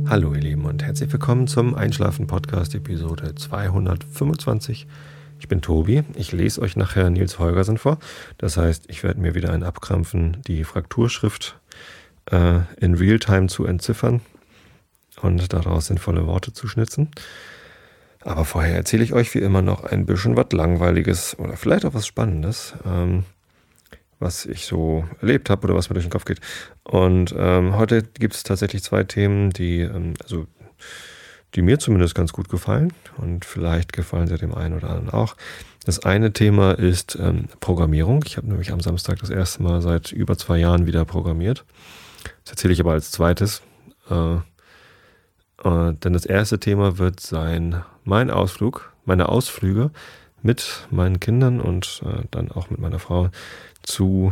Hallo ihr Lieben und herzlich willkommen zum Einschlafen-Podcast Episode 225. Ich bin Tobi, ich lese euch nachher Niels Holgersen vor. Das heißt, ich werde mir wieder abkrampfen, die Frakturschrift in Realtime zu entziffern und daraus sinnvolle Worte zu schnitzen. Aber vorher erzähle ich euch wie immer noch ein bisschen was Langweiliges oder vielleicht auch was Spannendes, was ich so erlebt habe oder was mir durch den Kopf geht. Und heute gibt es tatsächlich zwei Themen, die mir zumindest ganz gut gefallen und vielleicht gefallen sie dem einen oder anderen auch. Das eine Thema ist Programmierung. Ich habe nämlich am Samstag das erste Mal seit über 2 Jahren wieder programmiert. Das erzähle ich aber als zweites. Denn das erste Thema wird sein meine Ausflüge mit meinen Kindern und dann auch mit meiner Frau zum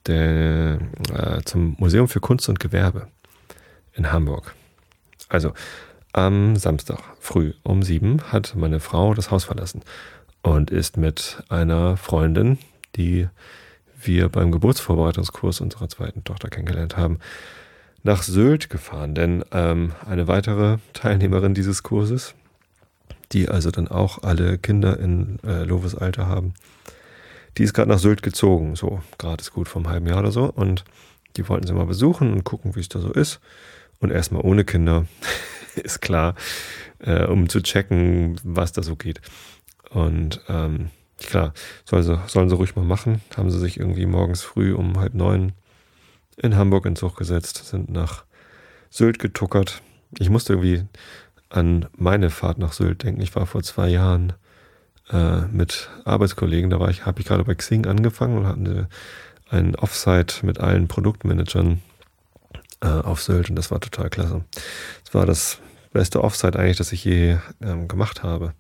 Museum für Kunst und Gewerbe in Hamburg. Also am Samstag früh um 7 hat meine Frau das Haus verlassen und ist mit einer Freundin, die wir beim Geburtsvorbereitungskurs unserer zweiten Tochter kennengelernt haben, nach Sylt gefahren. Denn eine weitere Teilnehmerin dieses Kurses, die also dann auch alle Kinder in Loves Alter haben, die ist gerade nach Sylt gezogen, so gerade ist gut vom halben Jahr oder so. Und die wollten sie mal besuchen und gucken, wie es da so ist. Und erstmal ohne Kinder, ist klar, um zu checken, was da so geht. Und klar, sollen sie ruhig mal machen. Haben sie sich irgendwie morgens früh um 8:30 in Hamburg in den Zug gesetzt, sind nach Sylt getuckert. Ich musste irgendwie an meine Fahrt nach Sylt denken. Ich war vor 2 Jahren mit Arbeitskollegen, habe ich gerade bei Xing angefangen und hatten einen Offsite mit allen Produktmanagern auf Sylt und das war total klasse. Das war das beste Offsite eigentlich, das ich je gemacht habe.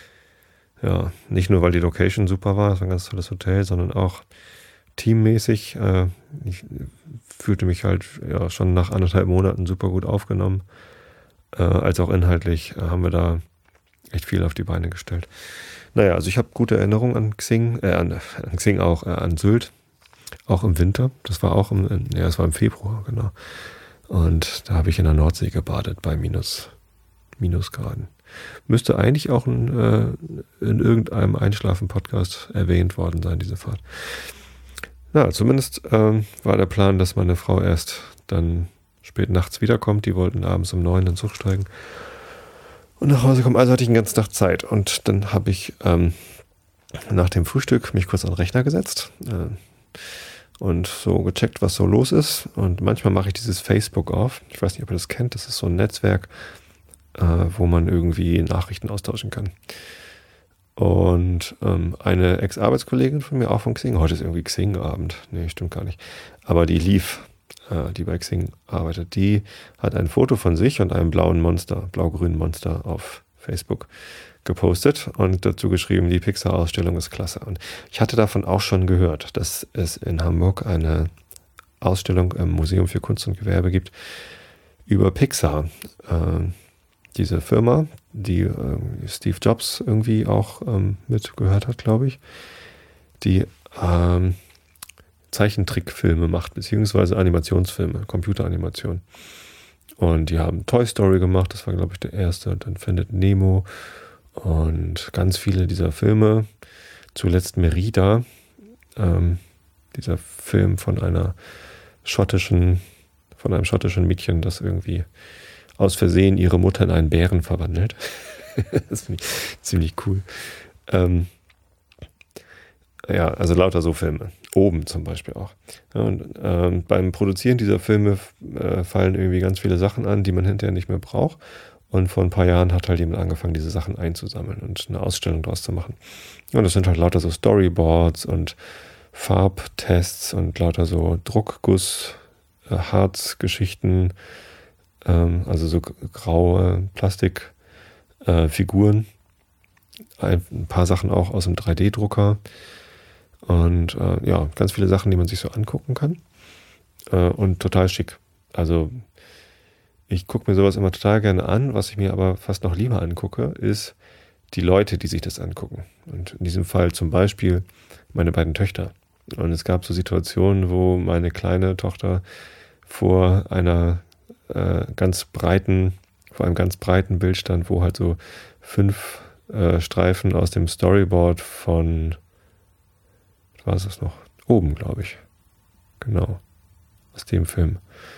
Ja, nicht nur, weil die Location super war, es war ein ganz tolles Hotel, sondern auch teammäßig. Ich fühlte mich halt schon nach 1,5 Monaten super gut aufgenommen. Als auch inhaltlich haben wir da echt viel auf die Beine gestellt. Naja, also ich habe gute Erinnerungen an Xing auch, an Sylt, auch im Winter. Das war auch es war im Februar, genau. Und da habe ich in der Nordsee gebadet bei Minusgraden. Müsste eigentlich auch in irgendeinem Einschlafen-Podcast erwähnt worden sein, diese Fahrt. Na, zumindest war der Plan, dass meine Frau erst dann spät nachts wiederkommt. Die wollten abends um 9 in den Zug steigen und nach Hause kommen. Also hatte ich den ganzen Tag Zeit. Und dann habe ich nach dem Frühstück mich kurz an den Rechner gesetzt und so gecheckt, was so los ist. Und manchmal mache ich dieses Facebook auf. Ich weiß nicht, ob ihr das kennt. Das ist so ein Netzwerk, wo man irgendwie Nachrichten austauschen kann. Und eine Ex-Arbeitskollegin von mir, auch von Xing, heute ist irgendwie Xing-Abend, nee, stimmt gar nicht, aber die bei Xing arbeitet, die hat ein Foto von sich und einem blau-grünen Monster auf Facebook gepostet und dazu geschrieben, die Pixar-Ausstellung ist klasse. Und ich hatte davon auch schon gehört, dass es in Hamburg eine Ausstellung im Museum für Kunst und Gewerbe gibt über Pixar. Diese Firma, die Steve Jobs irgendwie auch mitgehört hat, glaube ich, die Zeichentrickfilme macht, beziehungsweise Animationsfilme, Computeranimation. Und die haben Toy Story gemacht, das war, glaube ich, der erste, und dann Findet Nemo und ganz viele dieser Filme. Zuletzt Merida, dieser Film von einem schottischen Mädchen, das irgendwie aus Versehen ihre Mutter in einen Bären verwandelt. Das finde ich ziemlich cool. Also lauter so Filme. Oben zum Beispiel auch. Ja, und beim Produzieren dieser Filme fallen irgendwie ganz viele Sachen an, die man hinterher nicht mehr braucht. Und vor ein paar Jahren hat halt jemand angefangen, diese Sachen einzusammeln und eine Ausstellung draus zu machen. Und das sind halt lauter so Storyboards und Farbtests und lauter so Druckguss, Harzgeschichten, also so graue Plastikfiguren, ein paar Sachen auch aus dem 3D-Drucker und ganz viele Sachen, die man sich so angucken kann und total schick. Also ich gucke mir sowas immer total gerne an. Was ich mir aber fast noch lieber angucke, ist die Leute, die sich das angucken. Und in diesem Fall zum Beispiel meine beiden Töchter. Und es gab so Situationen, wo meine kleine Tochter vor einer ganz breiten vor einem ganz breiten Bild stand, wo halt so 5 Streifen aus dem Storyboard von, was war es noch? Oben, glaube ich. Genau. Aus dem Film.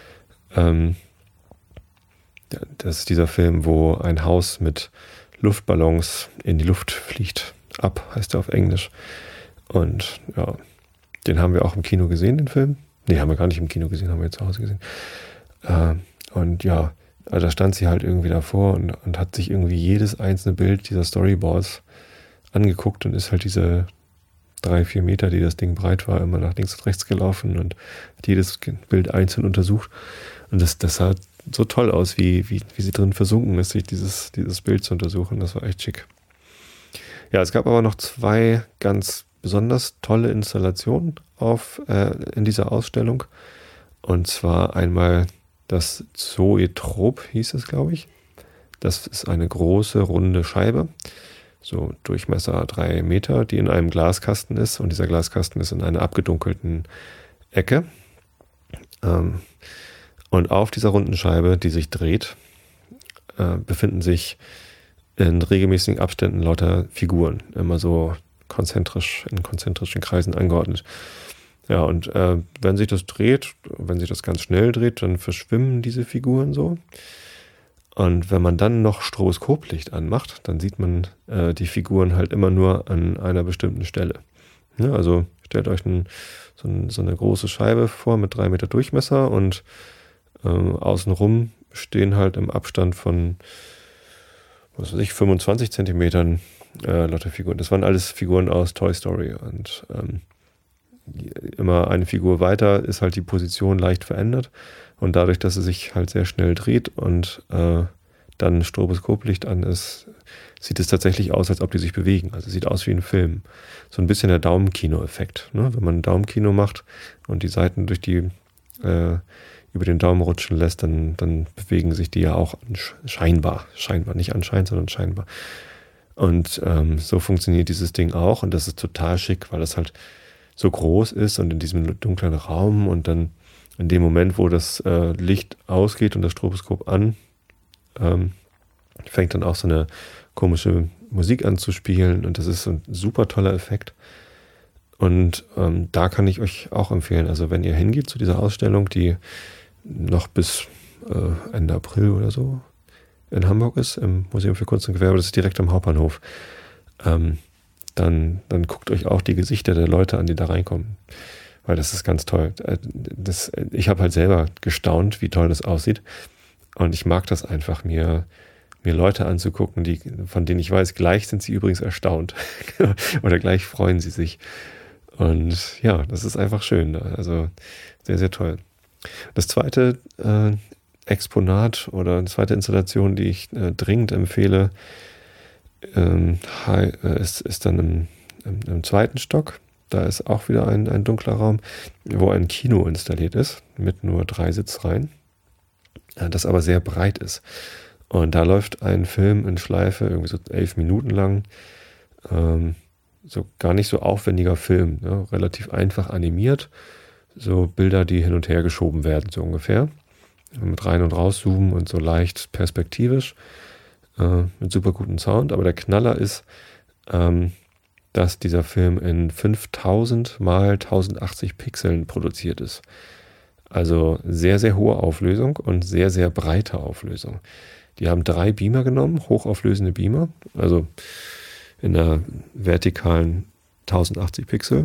Das ist dieser Film, wo ein Haus mit Luftballons in die Luft fliegt. Up heißt er auf Englisch. Und ja, den haben wir auch im Kino gesehen, den Film. Nee, haben wir gar nicht im Kino gesehen, haben wir zu Hause gesehen. Und ja, also da stand sie halt irgendwie davor und hat sich irgendwie jedes einzelne Bild dieser Storyboards angeguckt und ist halt diese 3-4 Meter, die das Ding breit war, immer nach links und rechts gelaufen und hat jedes Bild einzeln untersucht. Und das sah so toll aus, wie sie drin versunken ist, sich dieses Bild zu untersuchen. Das war echt schick. Ja, es gab aber noch 2 ganz besonders tolle Installationen in dieser Ausstellung. Und zwar einmal das Zoetrop hieß es, glaube ich. Das ist eine große, runde Scheibe, so Durchmesser 3 Meter, die in einem Glaskasten ist. Und dieser Glaskasten ist in einer abgedunkelten Ecke. Und auf dieser runden Scheibe, die sich dreht, befinden sich in regelmäßigen Abständen lauter Figuren, immer so in konzentrischen Kreisen angeordnet. Ja, und wenn sich das dreht, wenn sich das ganz schnell dreht, dann verschwimmen diese Figuren so. Und wenn man dann noch Stroboskoplicht anmacht, dann sieht man die Figuren halt immer nur an einer bestimmten Stelle. Ja, also stellt euch so eine große Scheibe vor mit 3 Meter Durchmesser und außenrum stehen halt im Abstand von, 25 Zentimetern lauter Figuren. Das waren alles Figuren aus Toy Story und immer eine Figur weiter ist halt die Position leicht verändert und dadurch, dass sie sich halt sehr schnell dreht und dann Stroboskoplicht an ist, sieht es tatsächlich aus, als ob die sich bewegen. Also es sieht aus wie ein Film. So ein bisschen der Daumenkino-Effekt. Ne? Wenn man ein Daumenkino macht und die Seiten über den Daumen rutschen lässt, dann bewegen sich die ja auch scheinbar, nicht anscheinend, sondern scheinbar. Und so funktioniert dieses Ding auch und das ist total schick, weil das halt so groß ist und in diesem dunklen Raum und dann in dem Moment, wo das Licht ausgeht und das Stroboskop an, fängt dann auch so eine komische Musik an zu spielen und das ist ein super toller Effekt. Und da kann ich euch auch empfehlen, also wenn ihr hingeht zu dieser Ausstellung, die noch bis Ende April oder so in Hamburg ist, im Museum für Kunst und Gewerbe, das ist direkt am Hauptbahnhof, dann guckt euch auch die Gesichter der Leute an, die da reinkommen. Weil das ist ganz toll. Ich habe halt selber gestaunt, wie toll das aussieht. Und ich mag das einfach, mir Leute anzugucken, von denen ich weiß, gleich sind sie übrigens erstaunt. Oder gleich freuen sie sich. Und ja, das ist einfach schön. Also sehr, sehr toll. Das zweite Exponat oder die zweite Installation, die ich dringend empfehle, ist dann im 2. Stock. Da ist auch wieder ein dunkler Raum, wo ein Kino installiert ist, mit nur 3 Sitzreihen, das aber sehr breit ist. Und da läuft ein Film in Schleife, irgendwie so 11 Minuten lang, so gar nicht so aufwendiger Film, ja, relativ einfach animiert, so Bilder, die hin und her geschoben werden, so ungefähr, mit rein und raus zoomen und so leicht perspektivisch, mit super gutem Sound. Aber der Knaller ist, dass dieser Film in 5000 mal 1080 Pixeln produziert ist. Also sehr, sehr hohe Auflösung und sehr, sehr breite Auflösung. Die haben 3 Beamer genommen, hochauflösende Beamer, also in der vertikalen 1080 Pixel.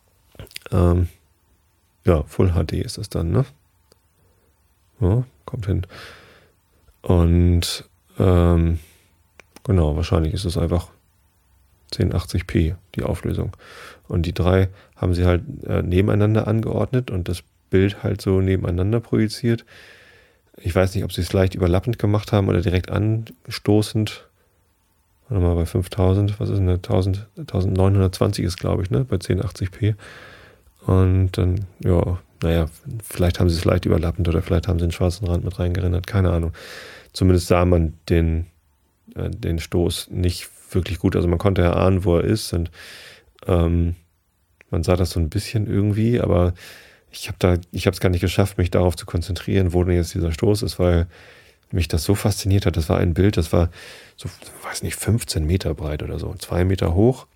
Ja, Full HD ist das dann, ne? Ja, kommt hin. Und genau, wahrscheinlich ist es einfach 1080p, die Auflösung. Und die 3 haben sie halt nebeneinander angeordnet und das Bild halt so nebeneinander projiziert. Ich weiß nicht, ob sie es leicht überlappend gemacht haben oder direkt anstoßend. Warte mal, bei 5000, was ist denn 1920 ist, glaube ich, ne? Bei 1080p. Und dann, ja, naja, vielleicht haben sie es leicht überlappend oder vielleicht haben sie einen schwarzen Rand mit reingerendert, keine Ahnung. Zumindest sah man den Stoß nicht wirklich gut. Also man konnte ja ahnen, wo er ist und man sah das so ein bisschen irgendwie, aber ich habe es gar nicht geschafft, mich darauf zu konzentrieren, wo denn jetzt dieser Stoß ist, weil mich das so fasziniert hat. Das war ein Bild, das war so, weiß nicht, 15 Meter breit oder so, 2 Meter hoch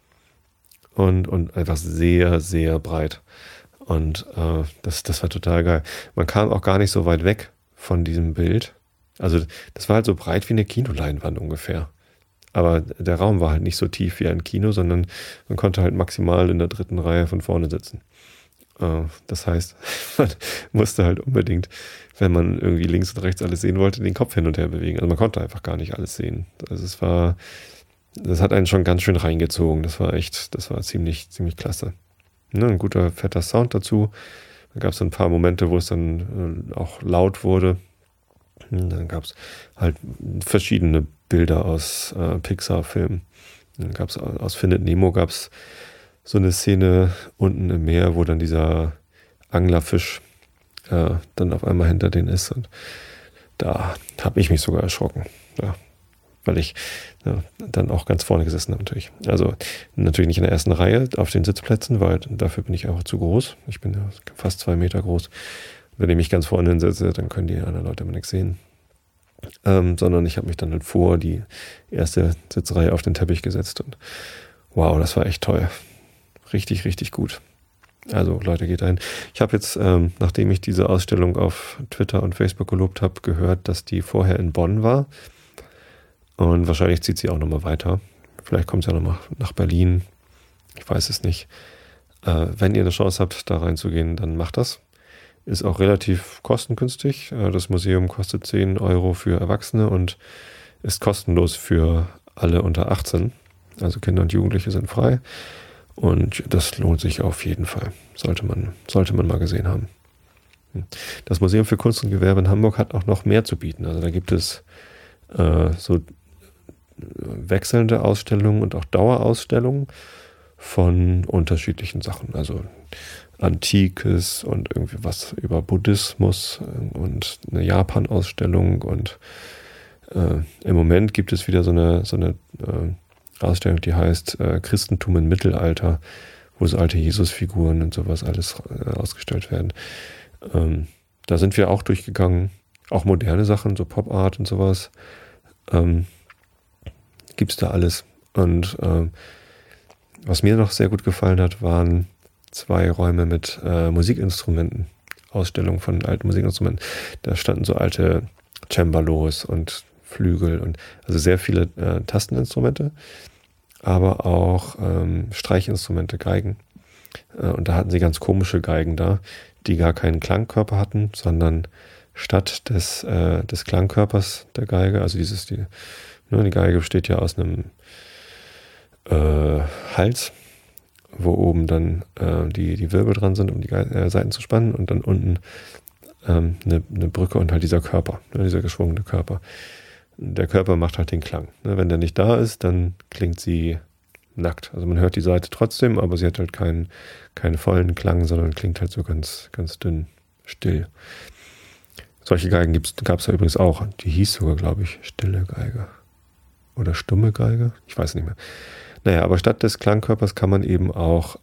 und einfach sehr, sehr breit. Und das war total geil. Man kam auch gar nicht so weit weg von diesem Bild. Also das war halt so breit wie eine Kinoleinwand ungefähr. Aber der Raum war halt nicht so tief wie ein Kino, sondern man konnte halt maximal in der 3. Reihe von vorne sitzen. Das heißt, man musste halt unbedingt, wenn man irgendwie links und rechts alles sehen wollte, den Kopf hin und her bewegen. Also man konnte einfach gar nicht alles sehen. Also das hat einen schon ganz schön reingezogen. Das war ziemlich, ziemlich klasse. Ne, ein guter, fetter Sound dazu. Dann gab es ein paar Momente, wo es dann auch laut wurde. Und dann gab es halt verschiedene Bilder aus Pixar-Filmen. Dann gab es aus Findet Nemo gab es so eine Szene unten im Meer, wo dann dieser Anglerfisch dann auf einmal hinter denen ist. Und da habe ich mich sogar erschrocken. Ja, weil ich dann auch ganz vorne gesessen habe natürlich. Also natürlich nicht in der ersten Reihe auf den Sitzplätzen, weil dafür bin ich einfach zu groß. Ich bin ja fast 2 Meter groß. Wenn ich mich ganz vorne hinsetze, dann können die anderen Leute immer nichts sehen. Sondern ich habe mich dann halt vor die erste Sitzreihe auf den Teppich gesetzt. Und wow, das war echt toll. Richtig, richtig gut. Also Leute, geht dahin. Ich habe jetzt, nachdem ich diese Ausstellung auf Twitter und Facebook gelobt habe, gehört, dass die vorher in Bonn war. Und wahrscheinlich zieht sie auch nochmal weiter. Vielleicht kommt sie ja nochmal nach Berlin. Ich weiß es nicht. Wenn ihr eine Chance habt, da reinzugehen, dann macht das. Ist auch relativ kostengünstig. Das Museum kostet 10 Euro für Erwachsene und ist kostenlos für alle unter 18. Also Kinder und Jugendliche sind frei. Und das lohnt sich auf jeden Fall. Sollte man mal gesehen haben. Das Museum für Kunst und Gewerbe in Hamburg hat auch noch mehr zu bieten. Also da gibt es so wechselnde Ausstellungen und auch Dauerausstellungen von unterschiedlichen Sachen. Also Antikes und irgendwie was über Buddhismus und eine Japan-Ausstellung. Und im Moment gibt es wieder so eine Ausstellung, die heißt Christentum im Mittelalter, wo so alte Jesusfiguren und sowas alles ausgestellt werden. Da sind wir auch durchgegangen. Auch moderne Sachen, so Pop-Art und sowas. Gibt's da alles. Und was mir noch sehr gut gefallen hat, waren 2 Räume mit Musikinstrumenten. Ausstellungen von alten Musikinstrumenten. Da standen so alte Cembalos und Flügel und also sehr viele Tasteninstrumente, aber auch Streichinstrumente, Geigen. Und da hatten sie ganz komische Geigen da, die gar keinen Klangkörper hatten, sondern statt des Klangkörpers der Geige, also die Geige besteht ja aus einem Hals, wo oben dann die Wirbel dran sind, um die Saiten zu spannen und dann unten eine Brücke und halt dieser Körper, dieser geschwungene Körper. Der Körper macht halt den Klang. Wenn der nicht da ist, dann klingt sie nackt. Also man hört die Saite trotzdem, aber sie hat halt keinen vollen Klang, sondern klingt halt so ganz, ganz dünn, still. Solche Geigen gab es ja übrigens auch. Die hieß sogar, glaube ich, stille Geige. Oder stumme Geige? Ich weiß nicht mehr. Naja, aber statt des Klangkörpers kann man eben auch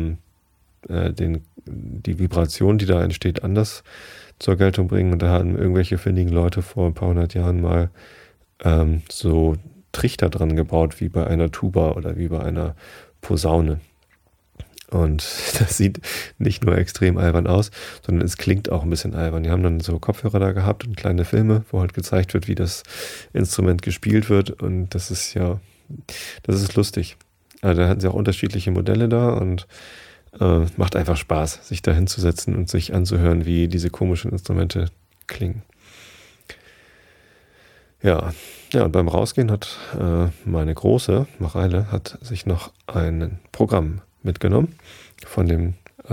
die Vibration, die da entsteht, anders zur Geltung bringen. Und da haben irgendwelche findigen Leute vor ein paar 100 Jahren mal so Trichter dran gebaut, wie bei einer Tuba oder wie bei einer Posaune. Und das sieht nicht nur extrem albern aus, sondern es klingt auch ein bisschen albern. Die haben dann so Kopfhörer da gehabt und kleine Filme, wo halt gezeigt wird, wie das Instrument gespielt wird. Und das ist lustig. Also da hatten sie auch unterschiedliche Modelle da und macht einfach Spaß, sich da hinzusetzen und sich anzuhören, wie diese komischen Instrumente klingen. Ja, und beim Rausgehen hat meine Große, Mareile, hat sich noch ein Programm mitgenommen von dem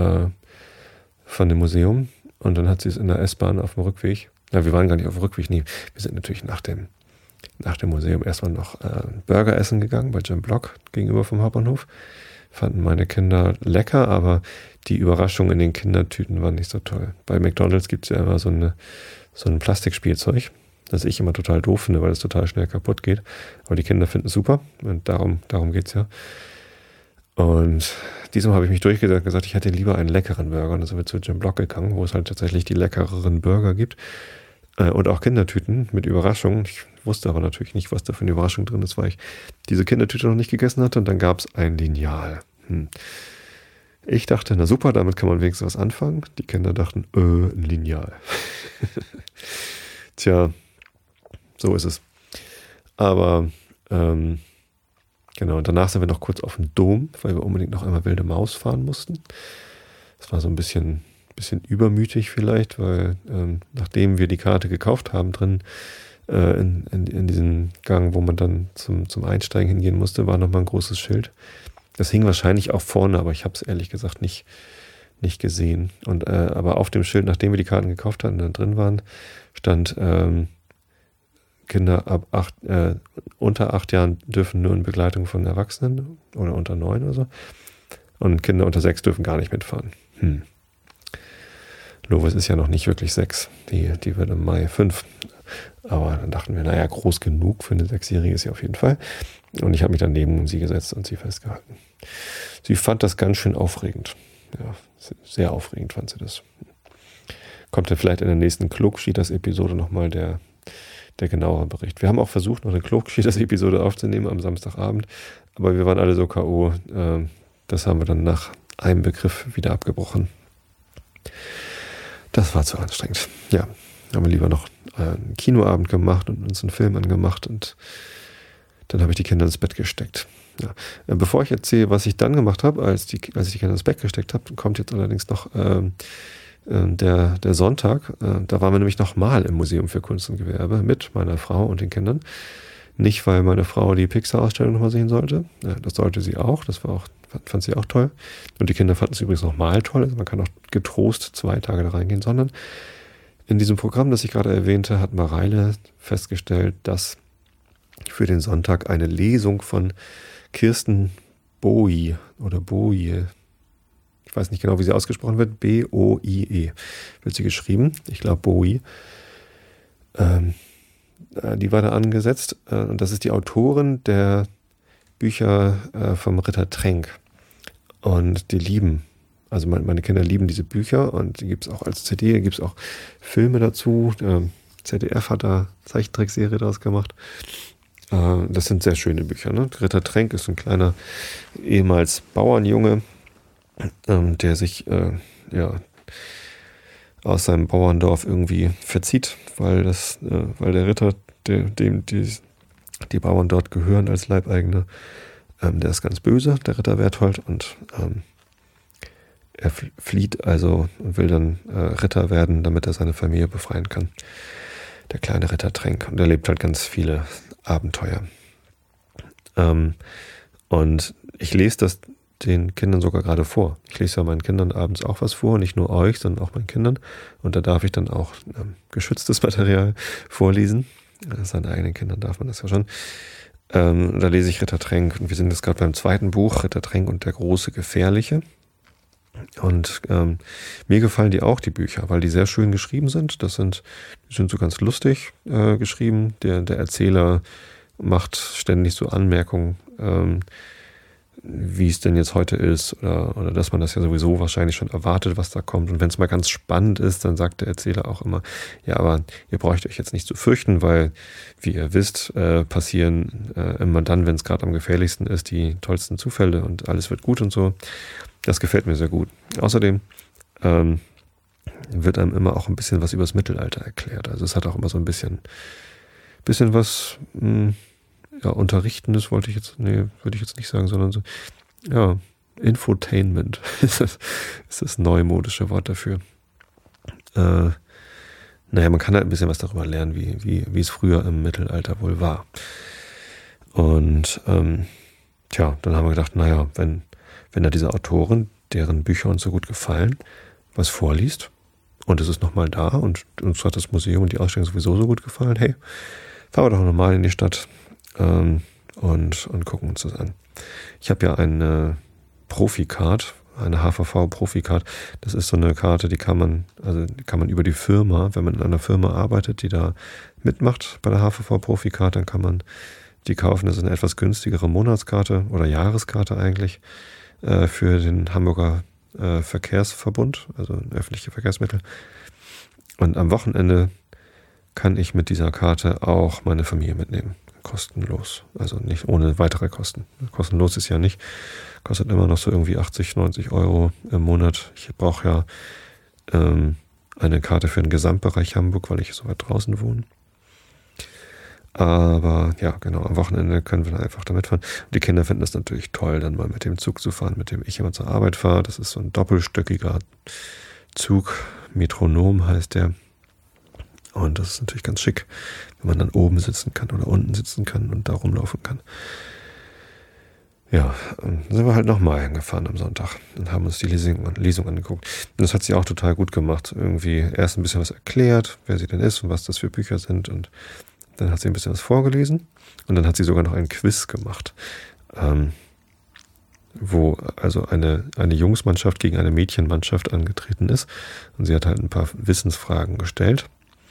Museum und dann hat sie es in der S-Bahn auf dem Rückweg, wir waren gar nicht auf dem Rückweg, nee, wir sind natürlich nach dem Museum erstmal noch Burger essen gegangen bei Jim Block gegenüber vom Hauptbahnhof. Fanden meine Kinder lecker, aber die Überraschung in den Kindertüten war nicht so toll. Bei McDonald's gibt es ja immer so ein Plastikspielzeug, das ich immer total doof finde, weil es total schnell kaputt geht. Aber die Kinder finden es super und darum geht's ja. Und diesmal habe ich mich durchgesetzt und gesagt, ich hätte lieber einen leckeren Burger. Und dann sind wir zu Jim Block gegangen, wo es halt tatsächlich die leckereren Burger gibt. Und auch Kindertüten mit Überraschungen. Ich wusste aber natürlich nicht, was da für eine Überraschung drin ist, weil ich diese Kindertüte noch nicht gegessen hatte. Und dann gab es ein Lineal. Ich dachte, na super, damit kann man wenigstens was anfangen. Die Kinder dachten, ein Lineal. Tja, so ist es. Aber genau, und danach sind wir noch kurz auf den Dom, weil wir unbedingt noch einmal Wilde Maus fahren mussten. Das war so ein bisschen übermütig vielleicht, weil nachdem wir die Karte gekauft haben drin, in diesem Gang, wo man dann zum Einsteigen hingehen musste, war nochmal ein großes Schild. Das hing wahrscheinlich auch vorne, aber ich habe es ehrlich gesagt nicht gesehen. Und aber auf dem Schild, nachdem wir die Karten gekauft hatten und dann drin waren, stand Kinder unter 8 Jahren dürfen nur in Begleitung von Erwachsenen oder unter 9 oder so. Und Kinder unter 6 dürfen gar nicht mitfahren. Lovis ist ja noch nicht wirklich 6. Die wird im Mai 5. Aber dann dachten wir, naja, groß genug für eine 6-Jährige ist sie auf jeden Fall. Und ich habe mich dann neben sie gesetzt und sie festgehalten. Sie fand das ganz schön aufregend. Ja, sehr aufregend fand sie das. Kommt dann vielleicht in der nächsten Klugschieders-Episode nochmal der genauere Bericht. Wir haben auch versucht, noch eine Klugschieders-Episode aufzunehmen am Samstagabend, aber wir waren alle so K.O., das haben wir dann nach einem Begriff wieder abgebrochen. Das war zu anstrengend. Ja, haben wir lieber noch einen Kinoabend gemacht und uns einen Film angemacht und dann habe ich die Kinder ins Bett gesteckt. Ja. Bevor ich erzähle, was ich dann gemacht habe, als ich die Kinder ins Bett gesteckt habe, kommt jetzt allerdings noch der Sonntag. Da waren wir nämlich nochmal im Museum für Kunst und Gewerbe mit meiner Frau und den Kindern. Nicht, weil meine Frau die Pixar-Ausstellung nochmal sehen sollte. Das sollte sie auch. Das fand sie auch toll. Und die Kinder fanden es übrigens nochmal toll. Also man kann auch getrost 2 Tage da reingehen, sondern in diesem Programm, das ich gerade erwähnte, hat Mareile festgestellt, dass für den Sonntag eine Lesung von Kirsten Boie oder Boie, ich weiß nicht genau, wie sie ausgesprochen wird, B-O-I-E, wird sie geschrieben. Ich glaube Boie. Die war da angesetzt. Und das ist die Autorin der Bücher vom Ritter Trenck. Und die lieben, also meine Kinder lieben diese Bücher und die gibt es auch als CD, gibt es auch Filme dazu. ZDF hat da Zeichentrickserie daraus gemacht. Das sind sehr schöne Bücher. Ne? Ritter Trenck ist ein kleiner, ehemals Bauernjunge, der sich aus seinem Bauerndorf irgendwie verzieht, weil der Ritter, dem die Bauern dort gehören als Leibeigene, der ist ganz böse, der Ritter Berthold, und er flieht also und will dann Ritter werden, damit er seine Familie befreien kann. Der kleine Ritter Trenck. Und er lebt halt ganz viele Abenteuer. Und ich lese das den Kindern sogar gerade vor. Ich lese ja meinen Kindern abends auch was vor, nicht nur euch, sondern auch meinen Kindern. Und da darf ich dann auch geschütztes Material vorlesen. Seinen eigenen Kindern darf man das ja schon. Da lese ich Ritter Trenck und wir sind jetzt gerade beim 2. Buch, Ritter Trenck und der große Gefährliche. Und mir gefallen die auch, die Bücher, weil die sehr schön geschrieben sind. Die sind so ganz lustig geschrieben. Der Erzähler macht ständig so Anmerkungen, wie es denn jetzt heute ist oder dass man das ja sowieso wahrscheinlich schon erwartet, was da kommt. Und wenn es mal ganz spannend ist, dann sagt der Erzähler auch immer, ja, aber ihr braucht euch jetzt nicht zu fürchten, weil, wie ihr wisst, passieren immer dann, wenn es gerade am gefährlichsten ist, die tollsten Zufälle und alles wird gut und so. Das gefällt mir sehr gut. Außerdem wird einem immer auch ein bisschen was über das Mittelalter erklärt. Also es hat auch immer so ein bisschen was Unterrichtendes würde ich jetzt nicht sagen, sondern so, ja, Infotainment ist das neumodische Wort dafür. Man kann halt ein bisschen was darüber lernen, wie es früher im Mittelalter wohl war. Und dann haben wir gedacht, wenn da diese Autorin, deren Bücher uns so gut gefallen, was vorliest und es ist nochmal da und uns hat das Museum und die Ausstellung sowieso so gut gefallen, hey, fahren wir doch nochmal in die Stadt und gucken uns das an. Ich habe ja eine Profi-Card, eine HVV-Profi-Card. Das ist so eine Karte, die kann man über die Firma, wenn man in einer Firma arbeitet, die da mitmacht bei der HVV-Profi-Card, dann kann man die kaufen. Das ist eine etwas günstigere Monatskarte oder Jahreskarte eigentlich für den Hamburger Verkehrsverbund, also öffentliche Verkehrsmittel. Und am Wochenende kann ich mit dieser Karte auch meine Familie mitnehmen. Kostenlos. Also nicht ohne weitere Kosten. Kostenlos ist ja nicht. Kostet immer noch so irgendwie 80, 90 Euro im Monat. Ich brauche ja eine Karte für den Gesamtbereich Hamburg, weil ich so weit draußen wohne. Aber ja, genau, am Wochenende können wir dann einfach damit fahren. Und die Kinder finden es natürlich toll, dann mal mit dem Zug zu fahren, mit dem ich immer zur Arbeit fahre. Das ist so ein doppelstöckiger Zug. Metronom heißt der. Und das ist natürlich ganz schick, wenn man dann oben sitzen kann oder unten sitzen kann und da rumlaufen kann. Ja, dann sind wir halt nochmal hingefahren am Sonntag und haben uns die Lesung angeguckt. Und das hat sie auch total gut gemacht. Irgendwie erst ein bisschen was erklärt, wer sie denn ist und was das für Bücher sind. Und dann hat sie ein bisschen was vorgelesen. Und dann hat sie sogar noch einen Quiz gemacht, wo also eine Jungsmannschaft gegen eine Mädchenmannschaft angetreten ist. Und sie hat halt ein paar Wissensfragen gestellt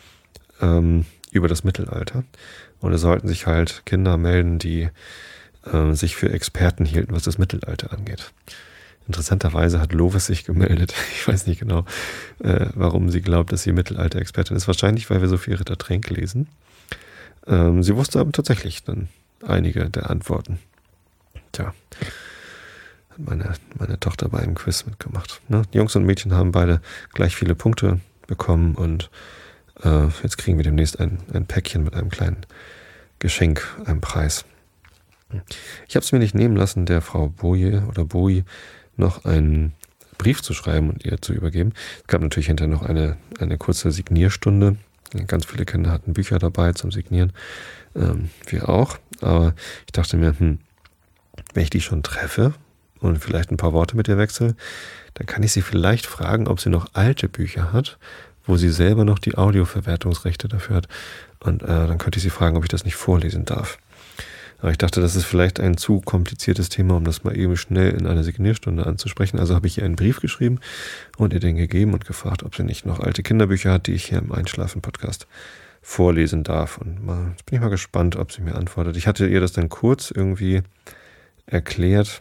über das Mittelalter. Und es sollten sich halt Kinder melden, die sich für Experten hielten, was das Mittelalter angeht. Interessanterweise hat Lovis sich gemeldet. Ich weiß nicht genau, warum sie glaubt, dass sie Mittelalter-Expertin ist. Wahrscheinlich, weil wir so viel Ritter Trenk lesen. Sie wusste aber tatsächlich dann einige der Antworten. Tja, hat meine Tochter bei einem Quiz mitgemacht. Ne? Die Jungs und Mädchen haben beide gleich viele Punkte bekommen und jetzt kriegen wir demnächst ein Päckchen mit einem kleinen Geschenk, einem Preis. Ich habe es mir nicht nehmen lassen, der Frau Bowie noch einen Brief zu schreiben und ihr zu übergeben. Es gab natürlich hinterher noch eine kurze Signierstunde. Ganz viele Kinder hatten Bücher dabei zum Signieren. Wir auch. Aber ich dachte mir, wenn ich die schon treffe und vielleicht ein paar Worte mit ihr wechsle, dann kann ich sie vielleicht fragen, ob sie noch alte Bücher hat, wo sie selber noch die Audioverwertungsrechte dafür hat. Und dann könnte ich sie fragen, ob ich das nicht vorlesen darf. Aber ich dachte, das ist vielleicht ein zu kompliziertes Thema, um das mal eben schnell in einer Signierstunde anzusprechen. Also habe ich ihr einen Brief geschrieben und ihr den gegeben und gefragt, ob sie nicht noch alte Kinderbücher hat, die ich hier im Einschlafen-Podcast vorlesen darf. Und jetzt bin ich mal gespannt, ob sie mir antwortet. Ich hatte ihr das dann kurz irgendwie erklärt,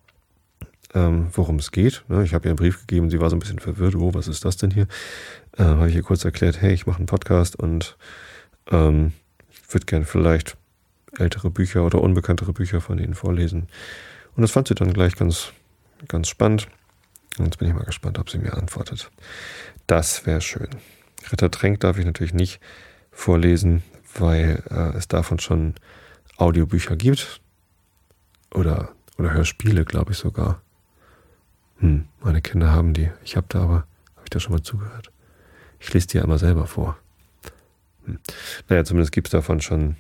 worum es geht. Ich habe ihr einen Brief gegeben, sie war so ein bisschen verwirrt. Oh, was ist das denn hier? Habe ich ihr kurz erklärt, hey, ich mache einen Podcast und ich würde gerne vielleicht ältere Bücher oder unbekanntere Bücher von ihnen vorlesen. Und das fand sie dann gleich ganz, ganz spannend. Und jetzt bin ich mal gespannt, ob sie mir antwortet. Das wäre schön. Ritter Trenk darf ich natürlich nicht vorlesen, weil es davon schon Audiobücher gibt. Oder Hörspiele, glaube ich sogar. Meine Kinder haben die. Habe ich da schon mal zugehört? Ich lese die ja immer selber vor. Naja, zumindest gibt es davon schon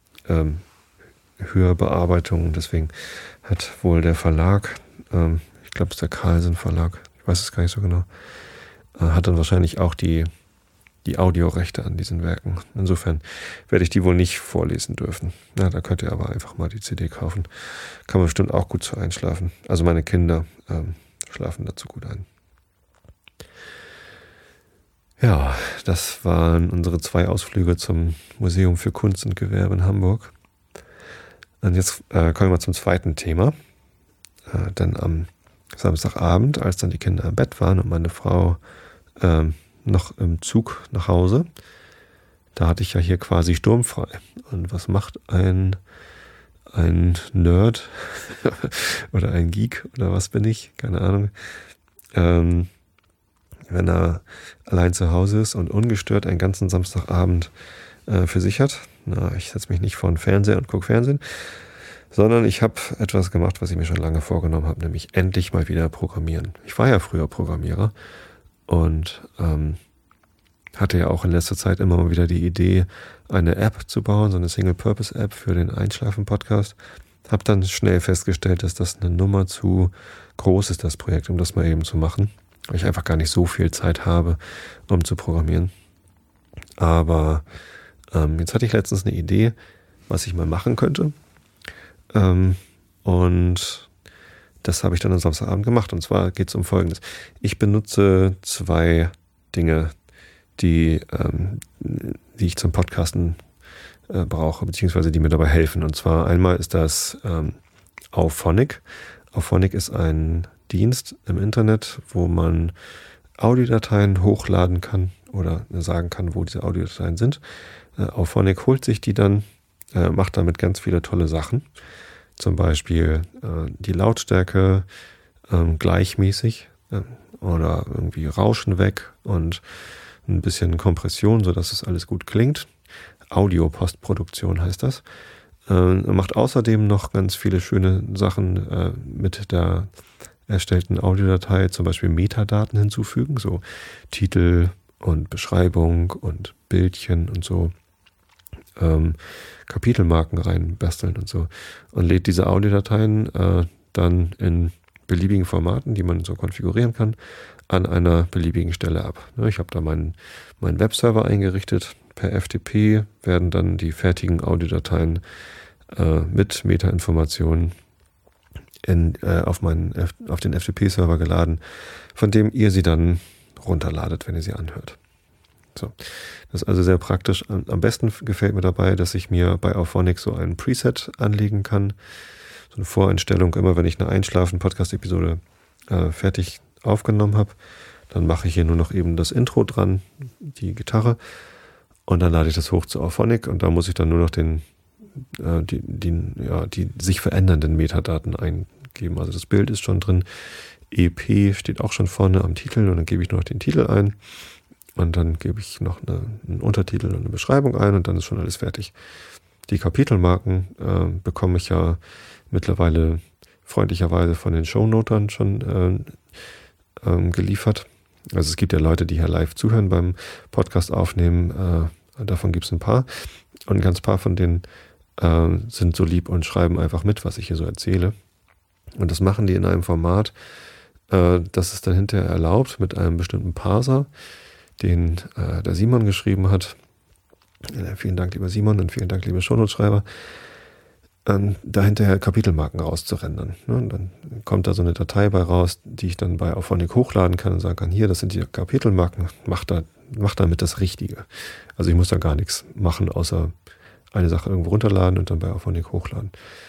Hörbearbeitungen. Deswegen hat wohl der Verlag, ich glaube es ist der Carlsen Verlag, ich weiß es gar nicht so genau, hat dann wahrscheinlich auch die Audiorechte an diesen Werken. Insofern werde ich die wohl nicht vorlesen dürfen. Na, da könnt ihr aber einfach mal die CD kaufen. Kann man bestimmt auch gut zu einschlafen. Also meine Kinder schlafen dazu gut ein. Ja, das waren unsere 2 Ausflüge zum Museum für Kunst und Gewerbe in Hamburg. Und jetzt kommen wir mal zum zweiten Thema. Denn am Samstagabend, als dann die Kinder im Bett waren und meine Frau noch im Zug nach Hause, da hatte ich ja hier quasi sturmfrei. Und was macht ein Nerd oder ein Geek oder was bin ich? Keine Ahnung. Wenn er allein zu Hause ist und ungestört einen ganzen Samstagabend für sich hat. Ich setze mich nicht vor den Fernseher und gucke Fernsehen, sondern ich habe etwas gemacht, was ich mir schon lange vorgenommen habe, nämlich endlich mal wieder programmieren. Ich war ja früher Programmierer und hatte ja auch in letzter Zeit immer mal wieder die Idee, eine App zu bauen, so eine Single-Purpose-App für den Einschlafen-Podcast. Habe dann schnell festgestellt, dass das eine Nummer zu groß ist, das Projekt, um das mal eben zu machen. Weil ich einfach gar nicht so viel Zeit habe, um zu programmieren. Aber jetzt hatte ich letztens eine Idee, was ich mal machen könnte. Und das habe ich dann am Samstagabend gemacht. Und zwar geht es um Folgendes. Ich benutze 2 Dinge, die ich zum Podcasten brauche, beziehungsweise die mir dabei helfen. Und zwar einmal ist das Auphonic. Auphonic ist ein Dienst im Internet, wo man Audiodateien hochladen kann oder sagen kann, wo diese Audiodateien sind. Auphonic holt sich die dann, macht damit ganz viele tolle Sachen. Zum Beispiel die Lautstärke gleichmäßig oder irgendwie Rauschen weg und ein bisschen Kompression, sodass es alles gut klingt. Audio-Postproduktion heißt das. Macht außerdem noch ganz viele schöne Sachen mit der erstellten Audiodatei, zum Beispiel Metadaten hinzufügen, so Titel und Beschreibung und Bildchen und so, Kapitelmarken reinbasteln und so, und lädt diese Audiodateien dann in beliebigen Formaten, die man so konfigurieren kann, an einer beliebigen Stelle ab. Ich habe da meinen Webserver eingerichtet. Per FTP werden dann die fertigen Audiodateien mit Metainformationen auf den FTP-Server geladen, von dem ihr sie dann runterladet, wenn ihr sie anhört. So. Das ist also sehr praktisch. Am besten gefällt mir dabei, dass ich mir bei Auphonic so ein Preset anlegen kann. So eine Voreinstellung, immer wenn ich eine Einschlafen-Podcast-Episode fertig aufgenommen habe, dann mache ich hier nur noch eben das Intro dran, die Gitarre, und dann lade ich das hoch zu Auphonic, und da muss ich dann nur noch die sich verändernden Metadaten eingeben. Also das Bild ist schon drin, EP steht auch schon vorne am Titel, und dann gebe ich nur noch den Titel ein und dann gebe ich noch einen Untertitel und eine Beschreibung ein, und dann ist schon alles fertig. Die Kapitelmarken bekomme ich ja mittlerweile freundlicherweise von den Shownotern schon geliefert. Also es gibt ja Leute, die hier live zuhören beim Podcast aufnehmen. Davon gibt es ein paar. Und ein ganz paar von denen sind so lieb und schreiben einfach mit, was ich hier so erzähle. Und das machen die in einem Format, das es dann hinterher erlaubt, mit einem bestimmten Parser, den der Simon geschrieben hat. Vielen Dank, lieber Simon, und vielen Dank, liebe Shownote-Schreiber. Da hinterher Kapitelmarken rauszurendern. Und dann kommt da so eine Datei bei raus, die ich dann bei Auphonic hochladen kann und sagen kann, hier, das sind die Kapitelmarken, mach damit das Richtige. Also ich muss da gar nichts machen, außer eine Sache irgendwo runterladen und dann bei Auphonic hochladen.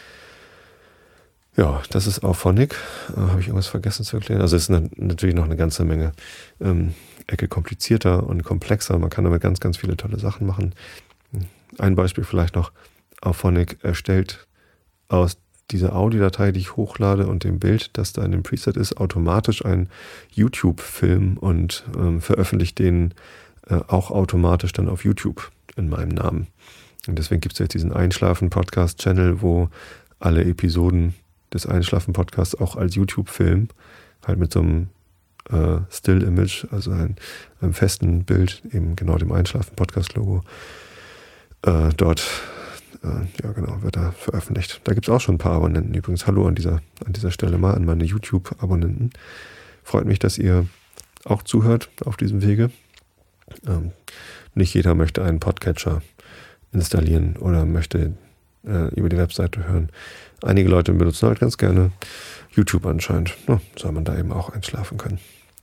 Ja, das ist Auphonic. Habe ich irgendwas vergessen zu erklären? Also es ist natürlich noch eine ganze Menge Ecke komplizierter und komplexer. Man kann damit ganz, ganz viele tolle Sachen machen. Ein Beispiel vielleicht noch. Auphonic erstellt aus dieser Audiodatei, die ich hochlade, und dem Bild, das da in dem Preset ist, automatisch einen YouTube-Film und veröffentlicht den auch automatisch dann auf YouTube in meinem Namen. Und deswegen gibt es jetzt diesen Einschlafen-Podcast-Channel, wo alle Episoden des Einschlafen-Podcasts auch als YouTube-Film, halt mit so einem Still-Image, also einem festen Bild, eben genau dem Einschlafen-Podcast-Logo, dort wird da veröffentlicht. Da gibt es auch schon ein paar Abonnenten übrigens. Hallo an dieser Stelle mal an meine YouTube-Abonnenten. Freut mich, dass ihr auch zuhört auf diesem Wege. Nicht jeder möchte einen Podcatcher installieren oder möchte über die Webseite hören. Einige Leute benutzen halt ganz gerne YouTube anscheinend. Soll man da eben auch einschlafen können.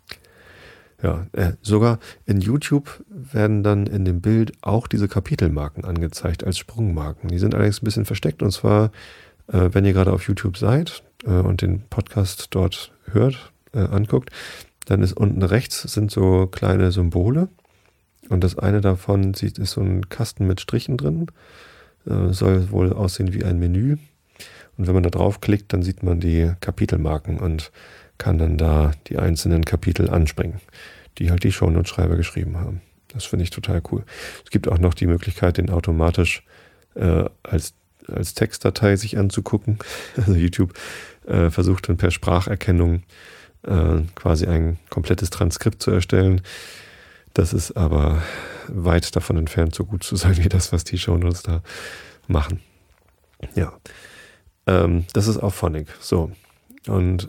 Ja, sogar in YouTube werden dann in dem Bild auch diese Kapitelmarken angezeigt als Sprungmarken. Die sind allerdings ein bisschen versteckt, und zwar, wenn ihr gerade auf YouTube seid und den Podcast dort anguckt, dann ist unten rechts sind so kleine Symbole, und das eine davon ist so ein Kasten mit Strichen drin, soll wohl aussehen wie ein Menü, und wenn man da draufklickt, dann sieht man die Kapitelmarken und kann dann da die einzelnen Kapitel anspringen, die halt die Shownote-Schreiber geschrieben haben. Das finde ich total cool. Es gibt auch noch die Möglichkeit, den automatisch als Textdatei sich anzugucken. Also YouTube versucht dann per Spracherkennung quasi ein komplettes Transkript zu erstellen. Das ist aber weit davon entfernt, so gut zu sein wie das, was die Shownotes da machen. Ja, das ist Auphonic. So, und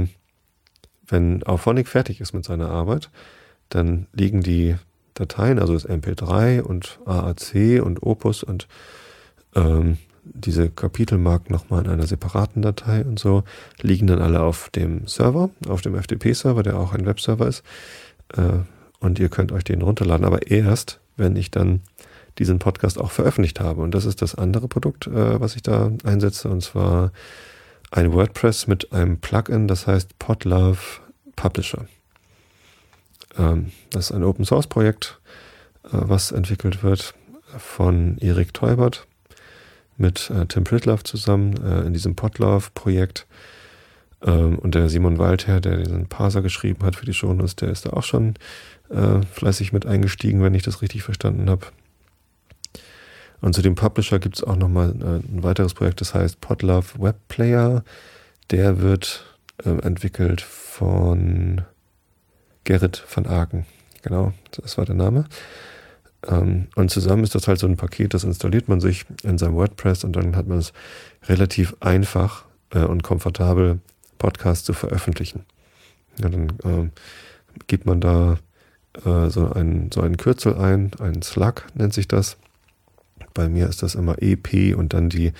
wenn Auphonic fertig ist mit seiner Arbeit, dann liegen die Dateien, also das MP3 und AAC und Opus und diese Kapitelmarken nochmal in einer separaten Datei und so, liegen dann alle auf dem Server, auf dem FTP-Server, der auch ein Webserver ist. Und ihr könnt euch den runterladen, aber erst, wenn ich dann diesen Podcast auch veröffentlicht habe. Und das ist das andere Produkt, was ich da einsetze, und zwar ein WordPress mit einem Plugin, das heißt Podlove Publisher. Das ist ein Open-Source-Projekt, was entwickelt wird von Erik Teubert mit Tim Pritlove zusammen in diesem Podlove-Projekt. Und der Simon Waldherr, der diesen Parser geschrieben hat für die Shownotes, der ist da auch schon fleißig mit eingestiegen, wenn ich das richtig verstanden habe. Und zu dem Publisher gibt es auch nochmal ein weiteres Projekt, das heißt Podlove Web Player. Der wird entwickelt von Gerrit van Aken. Genau, das war der Name. Und zusammen ist das halt so ein Paket, das installiert man sich in seinem WordPress und dann hat man es relativ einfach und komfortabel, Podcasts zu veröffentlichen. Ja, dann gibt man da so ein Kürzel ein Slug nennt sich das. Bei mir ist das immer EP und dann die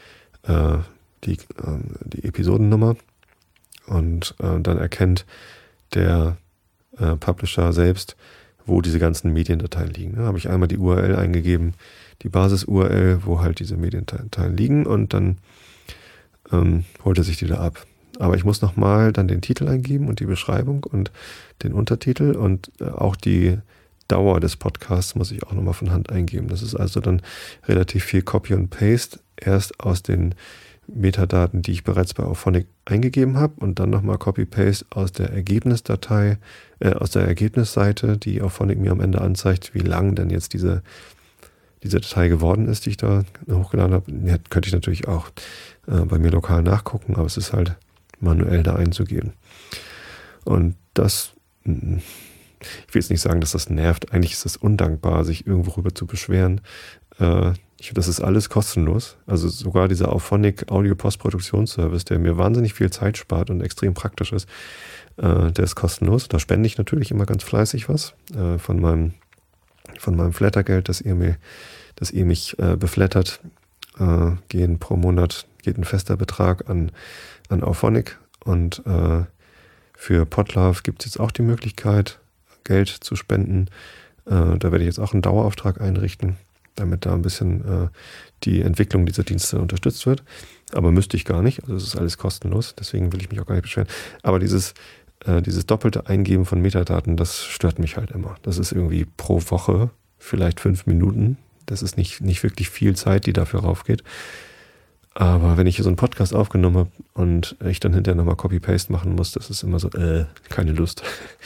Episodennummer. Und dann erkennt der Publisher selbst, wo diese ganzen Mediendateien liegen. Da habe ich einmal die URL eingegeben, die Basis-URL, wo halt diese Mediendateien liegen und dann holt er sich die da ab. Aber ich muss nochmal dann den Titel eingeben und die Beschreibung und den Untertitel und auch die Dauer des Podcasts muss ich auch nochmal von Hand eingeben. Das ist also dann relativ viel Copy und Paste, erst aus den Metadaten, die ich bereits bei Auphonic eingegeben habe und dann nochmal Copy-Paste aus der Ergebnisdatei, aus der Ergebnisseite, die Auphonic mir am Ende anzeigt, wie lang denn jetzt diese Datei geworden ist, die ich da hochgeladen habe. Ja, könnte ich natürlich auch bei mir lokal nachgucken, aber es ist halt manuell da einzugeben. Und das, ich will jetzt nicht sagen, dass das nervt, eigentlich ist es undankbar, sich irgendwo rüber zu beschweren. Das ist alles kostenlos. Also sogar dieser Auphonic Audio-Postproduktionsservice, der mir wahnsinnig viel Zeit spart und extrem praktisch ist, der ist kostenlos. Da spende ich natürlich immer ganz fleißig was von meinem Flattergeld, das ihr mich beflattert. Gehen pro Monat geht ein fester Betrag an Auphonic und für Podlove gibt es jetzt auch die Möglichkeit, Geld zu spenden. Da werde ich jetzt auch einen Dauerauftrag einrichten, damit da ein bisschen die Entwicklung dieser Dienste unterstützt wird. Aber müsste ich gar nicht, also es ist alles kostenlos, deswegen will ich mich auch gar nicht beschweren. Aber dieses doppelte Eingeben von Metadaten, das stört mich halt immer. Das ist irgendwie pro Woche vielleicht 5 Minuten. Das ist nicht wirklich viel Zeit, die dafür raufgeht. Aber wenn ich hier so einen Podcast aufgenommen habe und ich dann hinterher nochmal Copy-Paste machen muss, das ist immer so, keine Lust.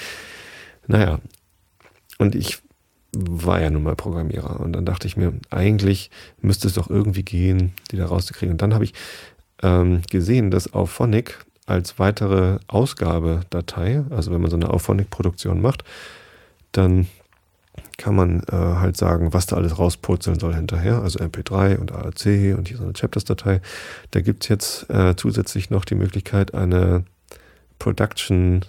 Naja, und ich war ja nun mal Programmierer und dann dachte ich mir, eigentlich müsste es doch irgendwie gehen, die da rauszukriegen. Und dann habe ich gesehen, dass Auphonic als weitere Ausgabedatei, also wenn man so eine Auphonic-Produktion macht, dann kann man halt sagen, was da alles rauspurzeln soll hinterher, also MP3 und AAC und hier so eine Chapters-Datei. Da gibt es jetzt zusätzlich noch die Möglichkeit, eine Production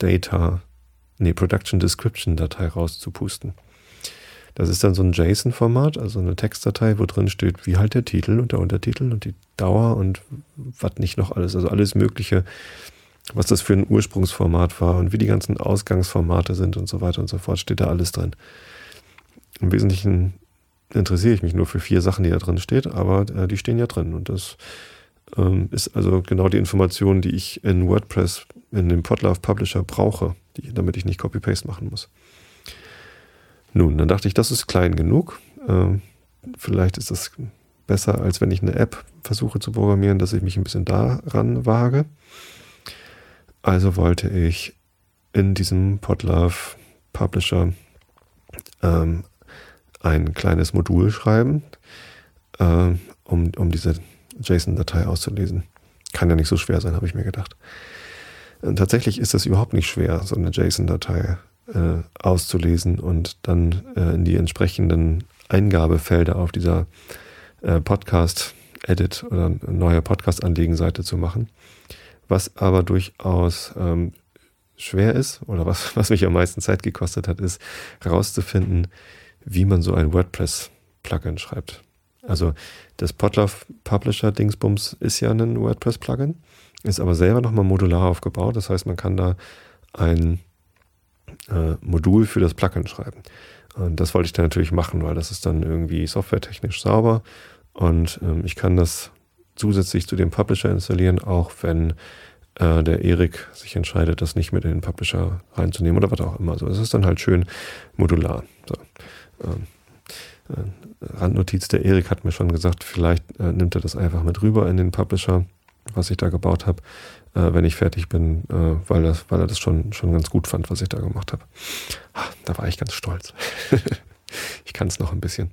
Description-Datei rauszupusten. Das ist dann so ein JSON-Format, also eine Textdatei, wo drin steht, wie halt der Titel und der Untertitel und die Dauer und was nicht noch alles, also alles Mögliche, was das für ein Ursprungsformat war und wie die ganzen Ausgangsformate sind und so weiter und so fort, steht da alles drin. Im Wesentlichen interessiere ich mich nur für 4 Sachen, die da drin steht, aber die stehen ja drin und das ist also genau die Information, die ich in WordPress, in dem Podlove Publisher brauche, damit ich nicht Copy-Paste machen muss. Nun, dann dachte ich, das ist klein genug. Vielleicht ist das besser, als wenn ich eine App versuche zu programmieren, dass ich mich ein bisschen daran wage. Also wollte ich in diesem Podlove Publisher ein kleines Modul schreiben, um diese JSON-Datei auszulesen. Kann ja nicht so schwer sein, habe ich mir gedacht. Tatsächlich ist es überhaupt nicht schwer, so eine JSON-Datei auszulesen und dann in die entsprechenden Eingabefelder auf dieser Podcast-Edit oder neue Podcast-Anlegen-Seite zu machen. Was aber durchaus schwer ist oder was mich am meisten Zeit gekostet hat, ist herauszufinden, wie man so ein WordPress-Plugin schreibt. Also das Podlove Publisher Dingsbums ist ja ein WordPress-Plugin, ist aber selber nochmal modular aufgebaut. Das heißt, man kann da ein Modul für das Plugin schreiben. Und das wollte ich dann natürlich machen, weil das ist dann irgendwie softwaretechnisch sauber und ich kann das zusätzlich zu dem Publisher installieren, auch wenn der Erik sich entscheidet, das nicht mit in den Publisher reinzunehmen oder was auch immer. So, es ist dann halt schön modular. So. Randnotiz, der Erik hat mir schon gesagt, vielleicht nimmt er das einfach mit rüber in den Publisher, was ich da gebaut habe, wenn ich fertig bin, weil er das schon ganz gut fand, was ich da gemacht habe. Da war ich ganz stolz. Ich kann es noch ein bisschen.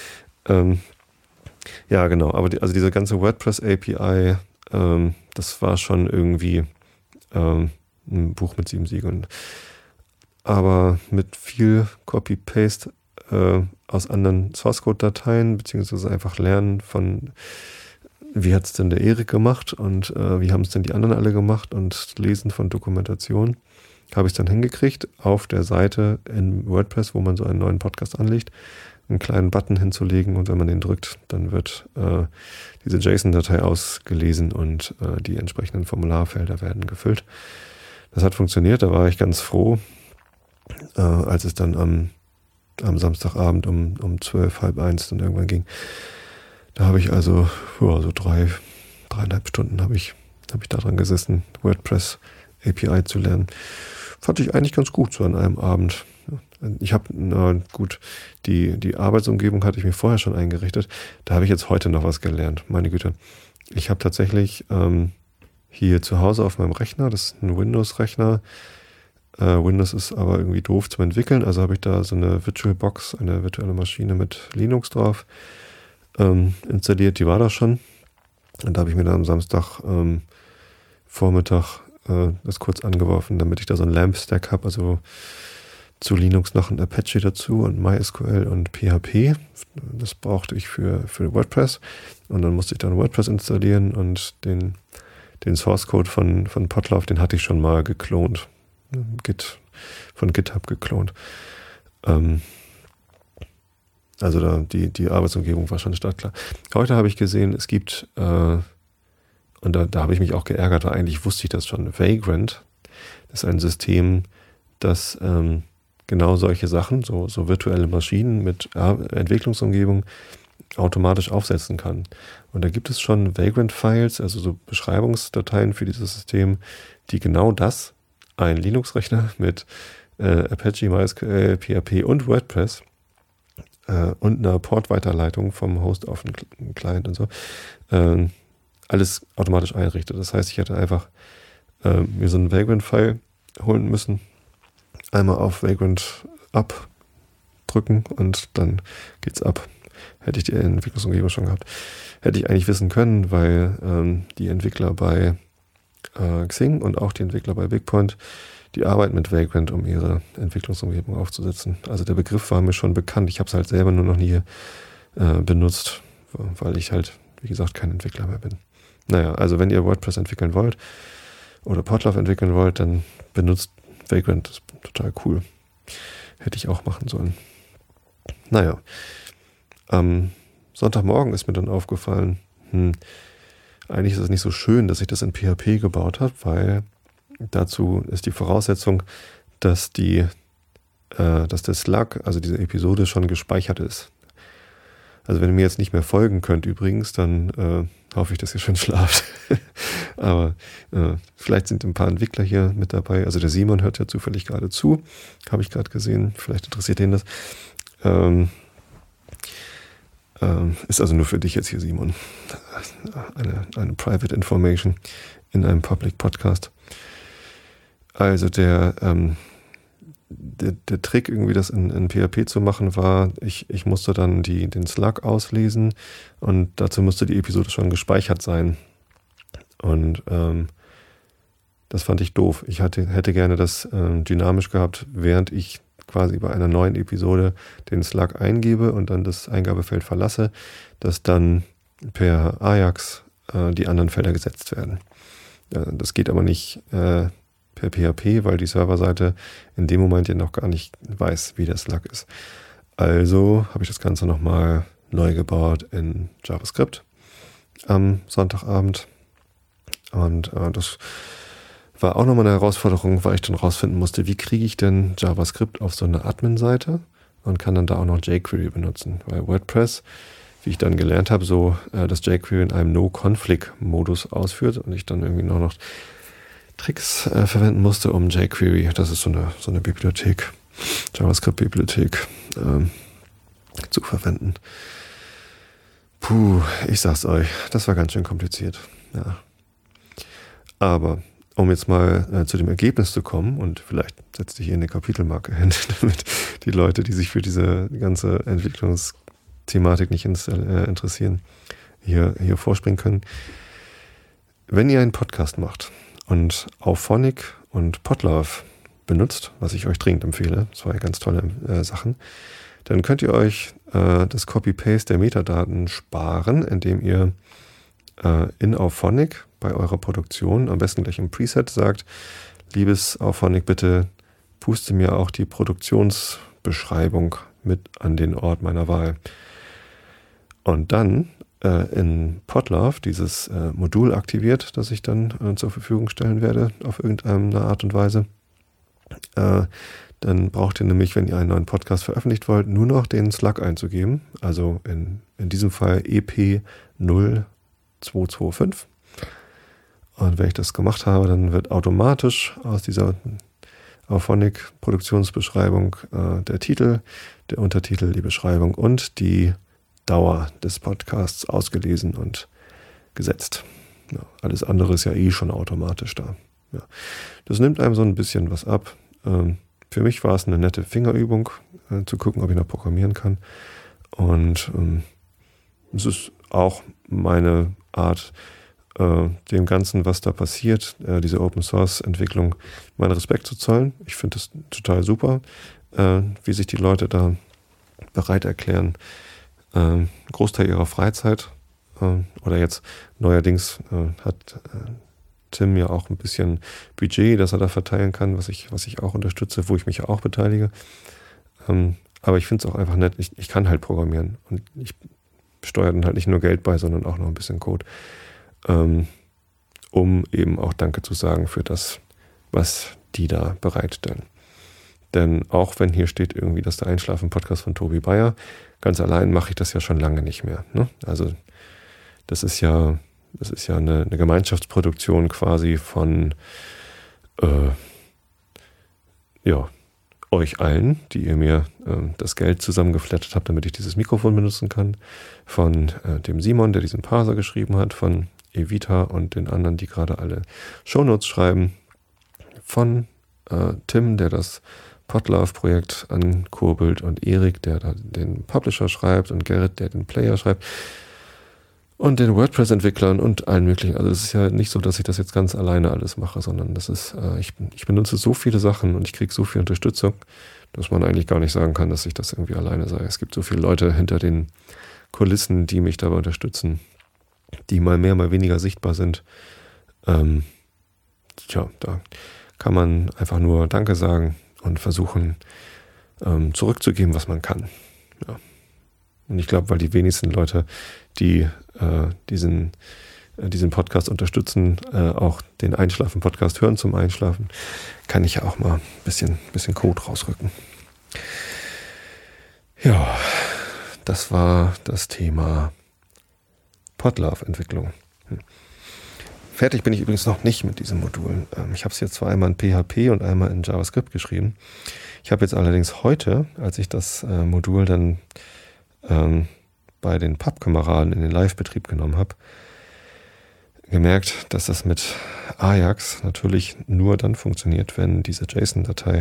Ja, genau, aber also diese ganze WordPress-API, das war schon irgendwie ein Buch mit 7 Siegeln. Aber mit viel Copy-Paste aus anderen Source-Code-Dateien, beziehungsweise einfach lernen von, wie hat es denn der Erik gemacht und wie haben es denn die anderen alle gemacht und Lesen von Dokumentation, habe ich es dann hingekriegt, auf der Seite in WordPress, wo man so einen neuen Podcast anlegt, einen kleinen Button hinzulegen und wenn man den drückt, dann wird diese JSON-Datei ausgelesen und die entsprechenden Formularfelder werden gefüllt. Das hat funktioniert, da war ich ganz froh, als es dann am Samstagabend um 12, halb 1 dann irgendwann ging. Da habe ich also so 3,5 Stunden habe ich daran gesessen, WordPress API zu lernen. Fand ich eigentlich ganz gut so an einem Abend. Ich habe, gut, die Arbeitsumgebung hatte ich mir vorher schon eingerichtet. Da habe ich jetzt heute noch was gelernt. Meine Güte. Ich habe tatsächlich hier zu Hause auf meinem Rechner, das ist ein Windows-Rechner. Windows ist aber irgendwie doof zum Entwickeln, also habe ich da so eine VirtualBox, eine virtuelle Maschine mit Linux drauf installiert, die war da schon. Und da habe ich mir dann am Samstag Vormittag das kurz angeworfen, damit ich da so ein LAMP-Stack habe, also zu Linux noch ein Apache dazu und MySQL und PHP. Das brauchte ich für WordPress. Und dann musste ich dann WordPress installieren und den Source-Code von Potlauf, den hatte ich schon mal geklont. Von GitHub geklont. Also da die Arbeitsumgebung war schon startklar. Heute habe ich gesehen, es gibt, und da habe ich mich auch geärgert, weil eigentlich wusste ich das schon, Vagrant ist ein System, das genau solche Sachen, so virtuelle Maschinen mit Entwicklungsumgebung automatisch aufsetzen kann. Und da gibt es schon Vagrant-Files, also so Beschreibungsdateien für dieses System, die genau das, ein Linux-Rechner mit Apache, MySQL, PHP und WordPress und einer Portweiterleitung vom Host auf einen Client und so, alles automatisch einrichtet. Das heißt, ich hätte einfach mir so einen Vagrant-File holen müssen, einmal auf Vagrant abdrücken und dann geht's ab. Hätte ich die Entwicklungsumgebung schon gehabt. Hätte ich eigentlich wissen können, weil die Entwickler bei Xing und auch die Entwickler bei BigPoint, die arbeiten mit Vagrant, um ihre Entwicklungsumgebung aufzusetzen. Also der Begriff war mir schon bekannt. Ich habe es halt selber nur noch nie benutzt, weil ich halt, wie gesagt, kein Entwickler mehr bin. Naja, also wenn ihr WordPress entwickeln wollt oder Potlauf entwickeln wollt, dann benutzt Vagrant. Das ist total cool. Hätte ich auch machen sollen. Naja, am Sonntagmorgen ist mir dann aufgefallen, eigentlich ist es nicht so schön, dass ich das in PHP gebaut habe, weil dazu ist die Voraussetzung, dass der Slug, also diese Episode, schon gespeichert ist. Also wenn ihr mir jetzt nicht mehr folgen könnt übrigens, dann hoffe ich, dass ihr schon schlaft. Aber vielleicht sind ein paar Entwickler hier mit dabei. Also der Simon hört ja zufällig gerade zu, habe ich gerade gesehen. Vielleicht interessiert ihn das. Ist also nur für dich jetzt hier, Simon. Eine Private Information in einem Public Podcast. Also der Trick, irgendwie das in PHP zu machen, war, ich musste dann den Slug auslesen und dazu musste die Episode schon gespeichert sein. Und das fand ich doof. Ich hätte gerne das dynamisch gehabt, während ich quasi bei einer neuen Episode den Slug eingebe und dann das Eingabefeld verlasse, dass dann per Ajax die anderen Felder gesetzt werden. Das geht aber nicht per PHP, weil die Serverseite in dem Moment ja noch gar nicht weiß, wie der Slug ist. Also habe ich das Ganze nochmal neu gebaut in JavaScript am Sonntagabend. Und das war auch nochmal eine Herausforderung, weil ich dann rausfinden musste, wie kriege ich denn JavaScript auf so eine Admin-Seite und kann dann da auch noch jQuery benutzen. Weil WordPress, wie ich dann gelernt habe, so das jQuery in einem No-Conflict-Modus ausführt und ich dann irgendwie noch Tricks verwenden musste, um jQuery, das ist so eine Bibliothek, JavaScript-Bibliothek, zu verwenden. Puh, ich sag's euch, das war ganz schön kompliziert. Ja. Aber um jetzt mal zu dem Ergebnis zu kommen, und vielleicht setze ich hier eine Kapitelmarke hin, damit die Leute, die sich für diese ganze Entwicklungsthematik nicht interessieren, hier vorspringen können. Wenn ihr einen Podcast macht und Auphonic und Podlove benutzt, was ich euch dringend empfehle, zwei ganz tolle Sachen, dann könnt ihr euch das Copy-Paste der Metadaten sparen, indem ihr in Auphonic bei eurer Produktion am besten gleich im Preset sagt, liebes Auphonic, bitte puste mir auch die Produktionsbeschreibung mit an den Ort meiner Wahl. Und dann in Podlove dieses Modul aktiviert, das ich dann zur Verfügung stellen werde auf irgendeine Art und Weise. Dann braucht ihr nämlich, wenn ihr einen neuen Podcast veröffentlicht wollt, nur noch den Slug einzugeben. Also in diesem Fall EP 0225. Und wenn ich das gemacht habe, dann wird automatisch aus dieser Auphonic-Produktionsbeschreibung der Titel, der Untertitel, die Beschreibung und die Dauer des Podcasts ausgelesen und gesetzt. Ja, alles andere ist ja schon automatisch da. Ja. Das nimmt einem so ein bisschen was ab. Für mich war es eine nette Fingerübung, zu gucken, ob ich noch programmieren kann. Und es ist auch meine Art, dem Ganzen, was da passiert, diese Open-Source-Entwicklung, meinen Respekt zu zollen. Ich finde das total super, wie sich die Leute da bereit erklären, einen Großteil ihrer Freizeit oder jetzt neuerdings hat Tim ja auch ein bisschen Budget, das er da verteilen kann, was ich auch unterstütze, wo ich mich ja auch beteilige. Aber ich finde es auch einfach nett, ich kann halt programmieren und ich steuere dann halt nicht nur Geld bei, sondern auch noch ein bisschen Code, um eben auch Danke zu sagen für das, was die da bereitstellen. Denn auch wenn hier steht irgendwie, dass der Einschlafen-Podcast von Tobi Bayer, ganz allein mache ich das ja schon lange nicht mehr. Ne? Also das ist ja eine Gemeinschaftsproduktion quasi von euch allen, die ihr mir das Geld zusammengeflattert habt, damit ich dieses Mikrofon benutzen kann, von dem Simon, der diesen Parser geschrieben hat, von Evita und den anderen, die gerade alle Shownotes schreiben, von Tim, der das Podlove-Projekt ankurbelt und Erik, der da den Publisher schreibt und Gerrit, der den Player schreibt und den WordPress-Entwicklern und allen möglichen. Also es ist ja nicht so, dass ich das jetzt ganz alleine alles mache, sondern das ist, ich benutze so viele Sachen und ich kriege so viel Unterstützung, dass man eigentlich gar nicht sagen kann, dass ich das irgendwie alleine sei. Es gibt so viele Leute hinter den Kulissen, die mich dabei unterstützen, die mal mehr, mal weniger sichtbar sind. Da kann man einfach nur Danke sagen und versuchen zurückzugeben, was man kann. Ja. Und ich glaube, weil die wenigsten Leute, die diesen Podcast unterstützen, auch den Einschlafen-Podcast hören zum Einschlafen, kann ich ja auch mal ein bisschen Code rausrücken. Ja, das war das Thema Podlove-Entwicklung. Fertig bin ich übrigens noch nicht mit diesem Modul. Ich habe es jetzt zwar einmal in PHP und einmal in JavaScript geschrieben. Ich habe jetzt allerdings heute, als ich das Modul dann bei den Pappkameraden in den Live-Betrieb genommen habe, gemerkt, dass das mit Ajax natürlich nur dann funktioniert, wenn diese JSON-Datei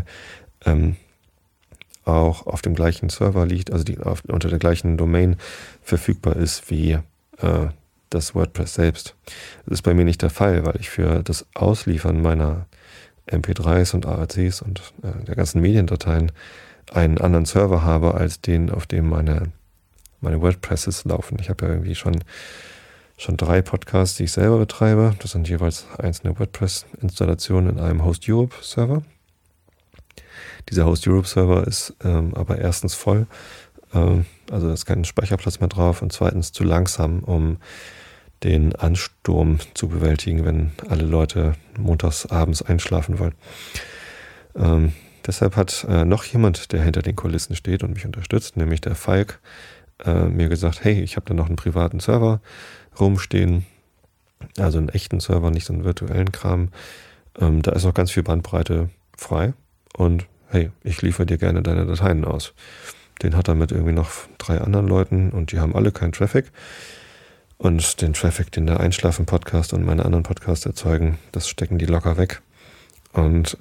auch auf dem gleichen Server liegt, also die unter der gleichen Domain verfügbar ist wie das WordPress selbst. Das ist bei mir nicht der Fall, weil ich für das Ausliefern meiner MP3s und AACs und der ganzen Mediendateien einen anderen Server habe, als den, auf dem meine WordPresses laufen. Ich habe ja irgendwie schon 3 Podcasts, die ich selber betreibe. Das sind jeweils einzelne WordPress-Installationen in einem Host Europe Server. Dieser Host Europe Server ist aber erstens voll, also da ist kein Speicherplatz mehr drauf, und zweitens zu langsam, um den Ansturm zu bewältigen, wenn alle Leute montags abends einschlafen wollen. Deshalb hat noch jemand, der hinter den Kulissen steht und mich unterstützt, nämlich der Falk, mir gesagt, hey, ich habe da noch einen privaten Server rumstehen, also einen echten Server, nicht so einen virtuellen Kram. Da ist noch ganz viel Bandbreite frei und hey, ich liefere dir gerne deine Dateien aus. Den hat er mit irgendwie noch 3 anderen Leuten und die haben alle keinen Traffic. Und den Traffic, den der Einschlafen-Podcast und meine anderen Podcasts erzeugen, das stecken die locker weg. Und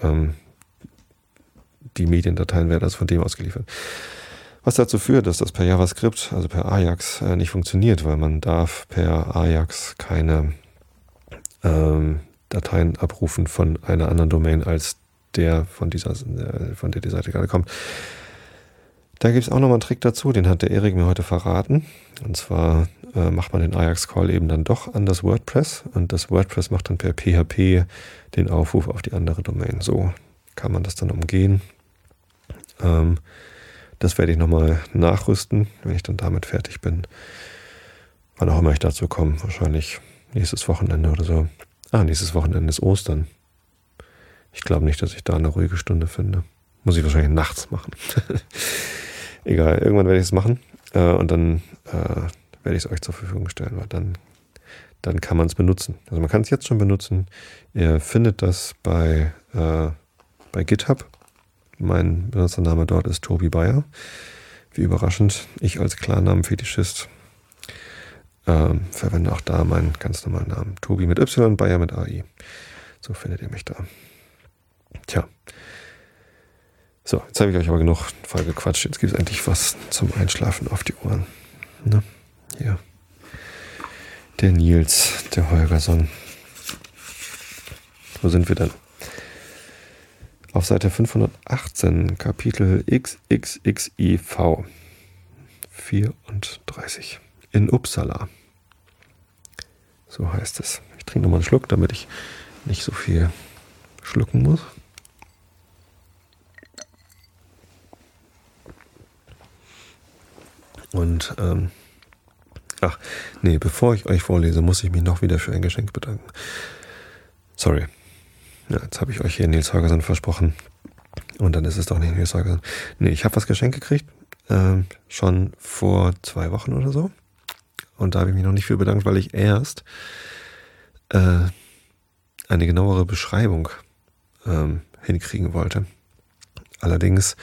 die Mediendateien werden also von dem ausgeliefert. Was dazu führt, dass das per JavaScript, also per Ajax, nicht funktioniert, weil man darf per Ajax keine Dateien abrufen von einer anderen Domain als der, von der die Seite gerade kommt. Da gibt es auch nochmal einen Trick dazu, den hat der Erik mir heute verraten. Und zwar macht man den Ajax-Call eben dann doch an das WordPress und das WordPress macht dann per PHP den Aufruf auf die andere Domain. So kann man das dann umgehen. Das werde ich nochmal nachrüsten, wenn ich dann damit fertig bin. Wann auch immer ich dazu komme, wahrscheinlich nächstes Wochenende oder so. Nächstes Wochenende ist Ostern. Ich glaube nicht, dass ich da eine ruhige Stunde finde. Muss ich wahrscheinlich nachts machen. Egal, irgendwann werde ich es machen und dann werde ich es euch zur Verfügung stellen, weil dann kann man es benutzen. Also man kann es jetzt schon benutzen. Ihr findet das bei GitHub. Mein Benutzername dort ist Tobi Bayer. Wie überraschend, ich als Klarnamen-Fetischist verwende auch da meinen ganz normalen Namen. Tobi mit Y, Bayer mit AI. So findet ihr mich da. Tja. So, jetzt habe ich euch aber genug voll gequatscht. Jetzt gibt es endlich was zum Einschlafen auf die Ohren. Ne? Hier. Der Nils, der Holgersson. Wo sind wir denn? Auf Seite 518, Kapitel XXXIV 34. In Uppsala. So heißt es. Ich trinke nochmal einen Schluck, damit ich nicht so viel schlucken muss. Und, bevor ich euch vorlese, muss ich mich noch wieder für ein Geschenk bedanken. Sorry. Ja, jetzt habe ich euch hier Nils Holgersson versprochen. Und dann ist es doch nicht Nils Holgersson. Nee, ich habe was geschenkt gekriegt. Schon vor 2 Wochen oder so. Und da habe ich mich noch nicht für bedankt, weil ich erst eine genauere Beschreibung hinkriegen wollte. Allerdings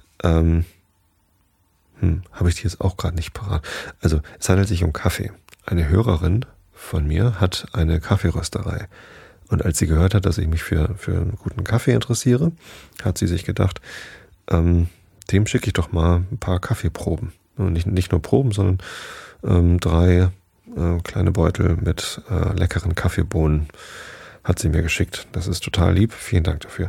habe ich die jetzt auch gerade nicht parat. Also es handelt sich um Kaffee. Eine Hörerin von mir hat eine Kaffeerösterei. Und als sie gehört hat, dass ich mich für einen guten Kaffee interessiere, hat sie sich gedacht, dem schicke ich doch mal ein paar Kaffeeproben. Und nicht nur Proben, sondern 3 kleine Beutel mit leckeren Kaffeebohnen hat sie mir geschickt. Das ist total lieb. Vielen Dank dafür.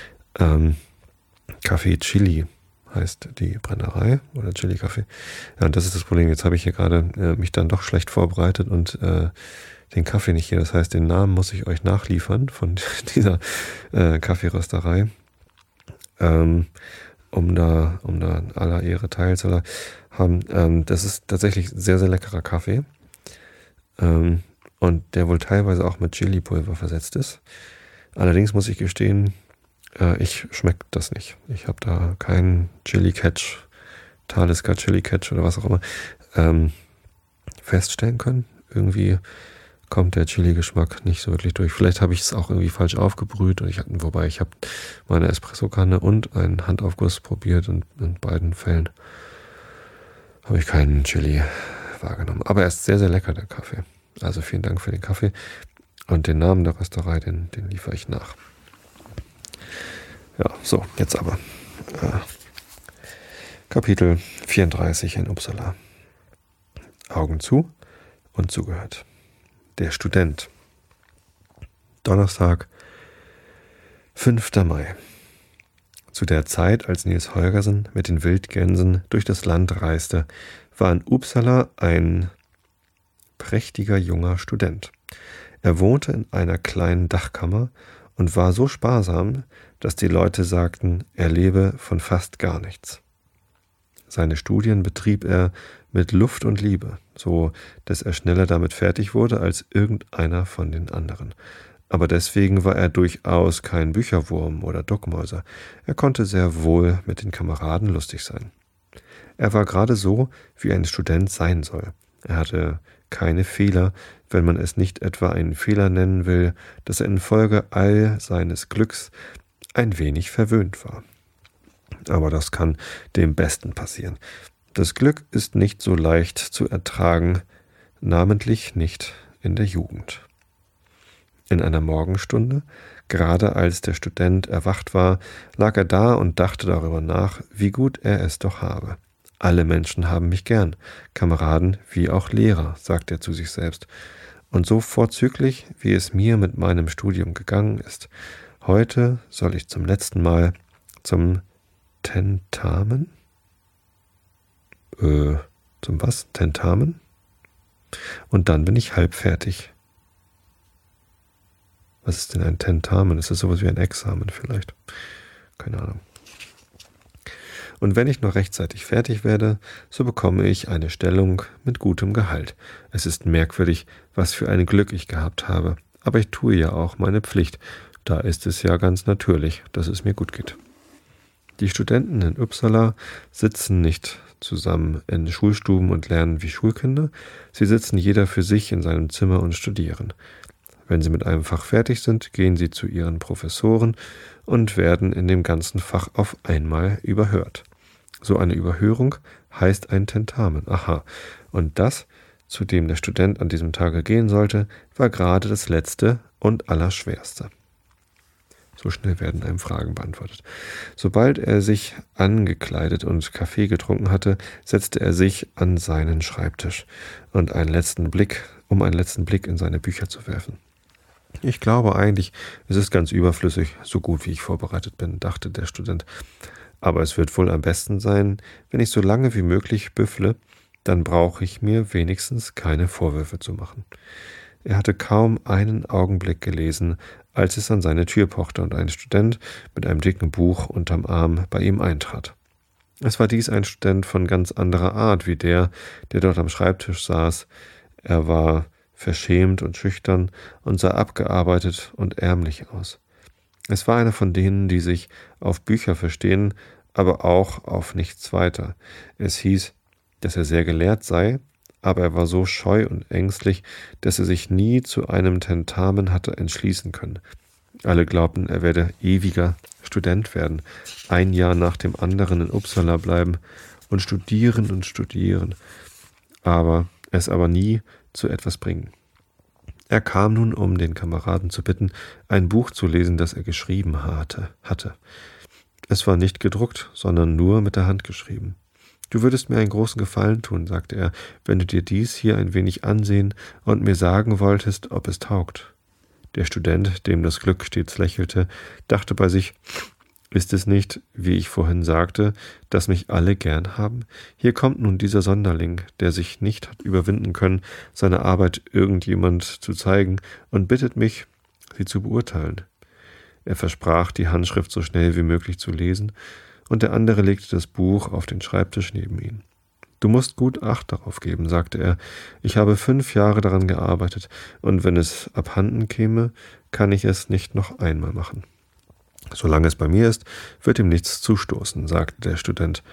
Kaffee Chili heißt die Brennerei oder Chili Kaffee. Ja, und das ist das Problem. Jetzt habe ich hier gerade mich dann doch schlecht vorbereitet und den Kaffee nicht hier. Das heißt, den Namen muss ich euch nachliefern von dieser Kaffeerösterei, um da aller Ehre teilzuhaben. Das ist tatsächlich sehr, sehr leckerer Kaffee. Und der wohl teilweise auch mit Chili-Pulver versetzt ist. Allerdings muss ich gestehen, ich schmecke das nicht. Ich habe da keinen Chili-Catch, Talisker Chili-Catch oder was auch immer feststellen können. Irgendwie kommt der Chili-Geschmack nicht so wirklich durch. Vielleicht habe ich es auch irgendwie falsch aufgebrüht. Wobei ich habe meine Espressokanne und einen Handaufguss probiert und in beiden Fällen habe ich keinen Chili wahrgenommen. Aber er ist sehr, sehr lecker, der Kaffee. Also vielen Dank für den Kaffee. Und den Namen der Rösterei, den liefere ich nach. Ja, so, jetzt aber. Kapitel 34 in Uppsala. Augen zu und zugehört. Der Student. Donnerstag, 5. Mai. Zu der Zeit, als Nils Holgersson mit den Wildgänsen durch das Land reiste, war in Uppsala ein prächtiger junger Student. Er wohnte in einer kleinen Dachkammer und war so sparsam, dass die Leute sagten, er lebe von fast gar nichts. Seine Studien betrieb er mit Luft und Liebe, so dass er schneller damit fertig wurde als irgendeiner von den anderen. Aber deswegen war er durchaus kein Bücherwurm oder Duckmäuser. Er konnte sehr wohl mit den Kameraden lustig sein. Er war gerade so, wie ein Student sein soll. Er hatte keine Fehler, wenn man es nicht etwa einen Fehler nennen will, dass er infolge all seines Glücks ein wenig verwöhnt war. Aber das kann dem Besten passieren. Das Glück ist nicht so leicht zu ertragen, namentlich nicht in der Jugend. In einer Morgenstunde, gerade als der Student erwacht war, lag er da und dachte darüber nach, wie gut er es doch habe. Alle Menschen haben mich gern, Kameraden wie auch Lehrer, sagt er zu sich selbst. Und so vorzüglich, wie es mir mit meinem Studium gegangen ist. Heute soll ich zum letzten Mal zum Tentamen? Zum was? Tentamen? Und dann bin ich halb fertig. Was ist denn ein Tentamen? Ist das sowas wie ein Examen vielleicht? Keine Ahnung. Und wenn ich noch rechtzeitig fertig werde, so bekomme ich eine Stellung mit gutem Gehalt. Es ist merkwürdig, was für ein Glück ich gehabt habe. Aber ich tue ja auch meine Pflicht. Da ist es ja ganz natürlich, dass es mir gut geht. Die Studenten in Uppsala sitzen nicht zusammen in Schulstuben und lernen wie Schulkinder. Sie sitzen jeder für sich in seinem Zimmer und studieren. Wenn sie mit einem Fach fertig sind, gehen sie zu ihren Professoren und werden in dem ganzen Fach auf einmal überhört. So eine Überhörung heißt ein Tentamen. Aha. Und das, zu dem der Student an diesem Tage gehen sollte, war gerade das letzte und allerschwerste. So schnell werden einem Fragen beantwortet. Sobald er sich angekleidet und Kaffee getrunken hatte, setzte er sich an seinen Schreibtisch um einen letzten Blick in seine Bücher zu werfen. Ich glaube eigentlich, es ist ganz überflüssig, so gut wie ich vorbereitet bin, dachte der Student. Aber es wird wohl am besten sein, wenn ich so lange wie möglich büffle, dann brauche ich mir wenigstens keine Vorwürfe zu machen. Er hatte kaum einen Augenblick gelesen, als es an seine Tür pochte und ein Student mit einem dicken Buch unterm Arm bei ihm eintrat. Es war dies ein Student von ganz anderer Art wie der dort am Schreibtisch saß. Er war verschämt und schüchtern und sah abgearbeitet und ärmlich aus. Es war einer von denen, die sich auf Bücher verstehen, aber auch auf nichts weiter. Es hieß, dass er sehr gelehrt sei, aber er war so scheu und ängstlich, dass er sich nie zu einem Tentamen hatte entschließen können. Alle glaubten, er werde ewiger Student werden, ein Jahr nach dem anderen in Uppsala bleiben und studieren, aber es aber nie zu etwas bringen. Er kam nun, um den Kameraden zu bitten, ein Buch zu lesen, das er geschrieben hatte. Es war nicht gedruckt, sondern nur mit der Hand geschrieben. »Du würdest mir einen großen Gefallen tun«, sagte er, »wenn du dir dies hier ein wenig ansehen und mir sagen wolltest, ob es taugt.« Der Student, dem das Glück stets lächelte, dachte bei sich, »Ist es nicht, wie ich vorhin sagte, dass mich alle gern haben? Hier kommt nun dieser Sonderling, der sich nicht hat überwinden können, seine Arbeit irgendjemand zu zeigen und bittet mich, sie zu beurteilen.« Er versprach, die Handschrift so schnell wie möglich zu lesen, und der andere legte das Buch auf den Schreibtisch neben ihn. »Du musst gut Acht darauf geben«, sagte er. »Ich habe 5 Jahre daran gearbeitet, und wenn es abhanden käme, kann ich es nicht noch einmal machen.« »Solange es bei mir ist, wird ihm nichts zustoßen«, sagte der Student.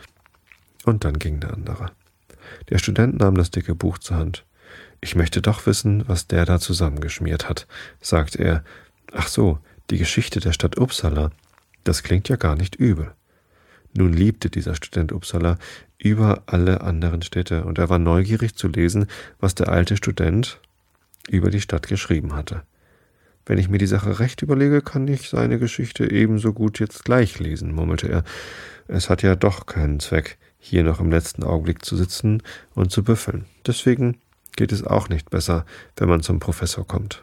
Und dann ging der andere. Der Student nahm das dicke Buch zur Hand. »Ich möchte doch wissen, was der da zusammengeschmiert hat«, sagte er. »Ach so, die Geschichte der Stadt Uppsala. Das klingt ja gar nicht übel.« Nun liebte dieser Student Uppsala über alle anderen Städte, und er war neugierig zu lesen, was der alte Student über die Stadt geschrieben hatte. »Wenn ich mir die Sache recht überlege, kann ich seine Geschichte ebenso gut jetzt gleich lesen«, murmelte er. »Es hat ja doch keinen Zweck, hier noch im letzten Augenblick zu sitzen und zu büffeln. Deswegen geht es auch nicht besser, wenn man zum Professor kommt.«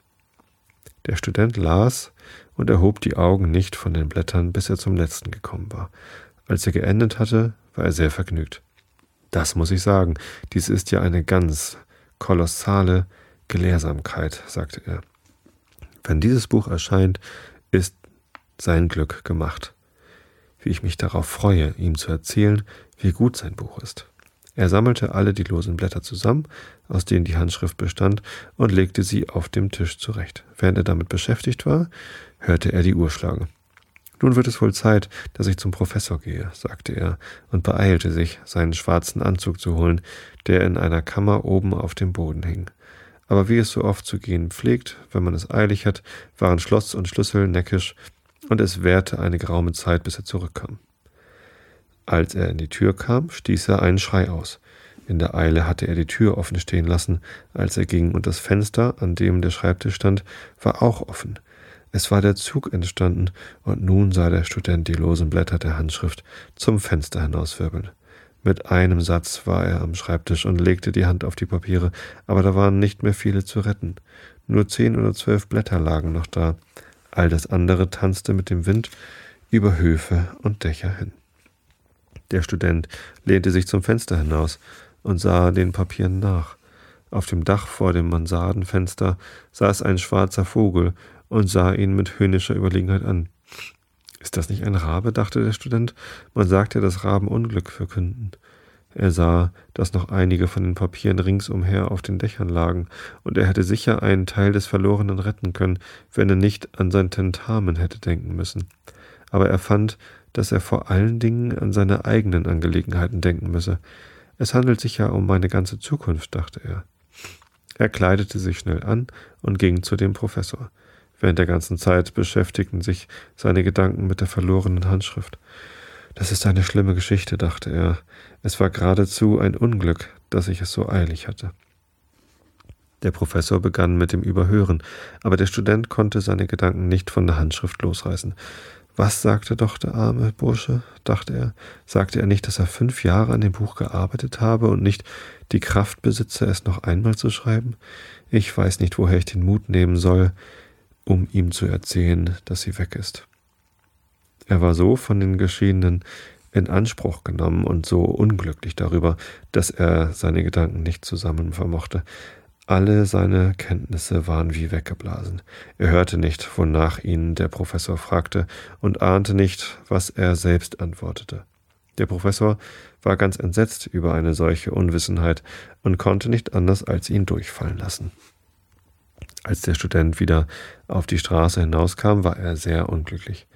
Der Student las und erhob die Augen nicht von den Blättern, bis er zum letzten gekommen war. Als er geendet hatte, war er sehr vergnügt. »Das muss ich sagen, dies ist ja eine ganz kolossale Gelehrsamkeit«, sagte er. »Wenn dieses Buch erscheint, ist sein Glück gemacht. Wie ich mich darauf freue, ihm zu erzählen, wie gut sein Buch ist.« Er sammelte alle die losen Blätter zusammen, aus denen die Handschrift bestand, und legte sie auf dem Tisch zurecht. Während er damit beschäftigt war, hörte er die Uhr schlagen. »Nun wird es wohl Zeit, dass ich zum Professor gehe«, sagte er und beeilte sich, seinen schwarzen Anzug zu holen, der in einer Kammer oben auf dem Boden hing. aber wie es so oft zu gehen pflegt, wenn man es eilig hat, waren Schloss und Schlüssel neckisch, und es währte eine geraume Zeit, bis er zurückkam. Als er in die Tür kam, stieß er einen Schrei aus. In der Eile hatte er die Tür offen stehen lassen, als er ging, und das Fenster, an dem der Schreibtisch stand, war auch offen. Es war der Zug entstanden, und nun sah der Student die losen Blätter der Handschrift zum Fenster hinauswirbeln. Mit einem Satz war er am Schreibtisch und legte die Hand auf die Papiere, aber da waren nicht mehr viele zu retten. Nur 10 oder 12 Blätter lagen noch da. All das andere tanzte mit dem Wind über Höfe und Dächer hin. Der Student lehnte sich zum Fenster hinaus und sah den Papieren nach. Auf dem Dach vor dem Mansardenfenster saß ein schwarzer Vogel und sah ihn mit höhnischer Überlegenheit an. »Ist das nicht ein Rabe?« dachte der Student. »Man sagt ja, dass Raben Unglück verkünden.« Er sah, dass noch einige von den Papieren ringsumher auf den Dächern lagen, und er hätte sicher einen Teil des Verlorenen retten können, wenn er nicht an sein Tentamen hätte denken müssen. Aber er fand, dass er vor allen Dingen an seine eigenen Angelegenheiten denken müsse. »Es handelt sich ja um meine ganze Zukunft«, dachte er. Er kleidete sich schnell an und ging zu dem Professor. Während der ganzen Zeit beschäftigten sich seine Gedanken mit der verlorenen Handschrift. »Das ist eine schlimme Geschichte«, dachte er. »Es war geradezu ein Unglück, dass ich es so eilig hatte.« Der Professor begann mit dem Überhören, aber der Student konnte seine Gedanken nicht von der Handschrift losreißen. »Was sagte doch der arme Bursche?«, dachte er. »Sagte er nicht, dass er 5 Jahre an dem Buch gearbeitet habe und nicht die Kraft besitze, es noch einmal zu schreiben? Ich weiß nicht, woher ich den Mut nehmen soll, um ihm zu erzählen, dass sie weg ist.« Er war so von den Geschehenen in Anspruch genommen und so unglücklich darüber, dass er seine Gedanken nicht zusammen vermochte. Alle seine Kenntnisse waren wie weggeblasen. Er hörte nicht, wonach ihn der Professor fragte, und ahnte nicht, was er selbst antwortete. Der Professor war ganz entsetzt über eine solche Unwissenheit und konnte nicht anders, als ihn durchfallen lassen. Als der Student wieder auf die Straße hinauskam, war er sehr unglücklich.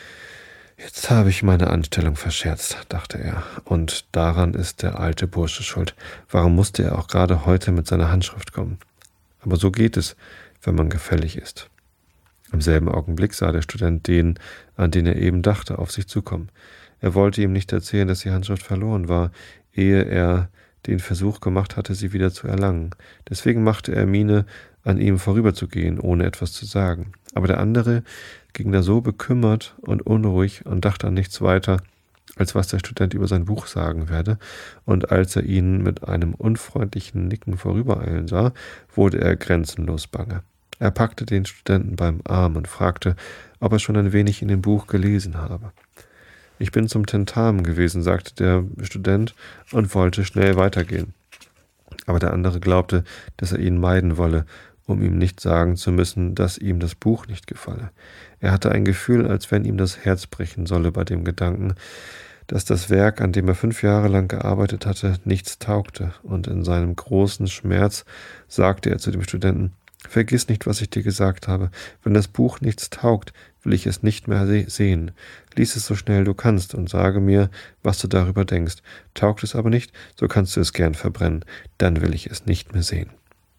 »Jetzt habe ich meine Anstellung verscherzt«, dachte er, »und daran ist der alte Bursche schuld. Warum musste er auch gerade heute mit seiner Handschrift kommen? Aber so geht es, wenn man gefällig ist.« Im selben Augenblick sah der Student den, an den er eben dachte, auf sich zukommen. Er wollte ihm nicht erzählen, dass die Handschrift verloren war, ehe er den Versuch gemacht hatte, sie wieder zu erlangen. Deswegen machte er Miene, an ihm vorüberzugehen, ohne etwas zu sagen. Aber der andere ging da so bekümmert und unruhig und dachte an nichts weiter, als was der Student über sein Buch sagen werde, und als er ihn mit einem unfreundlichen Nicken vorübereilen sah, wurde er grenzenlos bange. Er packte den Studenten beim Arm und fragte, ob er schon ein wenig in dem Buch gelesen habe. »Ich bin zum Tentamen gewesen«, sagte der Student und wollte schnell weitergehen. Aber der andere glaubte, dass er ihn meiden wolle, um ihm nicht sagen zu müssen, dass ihm das Buch nicht gefalle. Er hatte ein Gefühl, als wenn ihm das Herz brechen solle bei dem Gedanken, dass das Werk, an dem er 5 Jahre lang gearbeitet hatte, nichts taugte, und in seinem großen Schmerz sagte er zu dem Studenten, »Vergiss nicht, was ich dir gesagt habe. Wenn das Buch nichts taugt, will ich es nicht mehr sehen. Lies es so schnell du kannst und sage mir, was du darüber denkst. Taugt es aber nicht, so kannst du es gern verbrennen. Dann will ich es nicht mehr sehen.«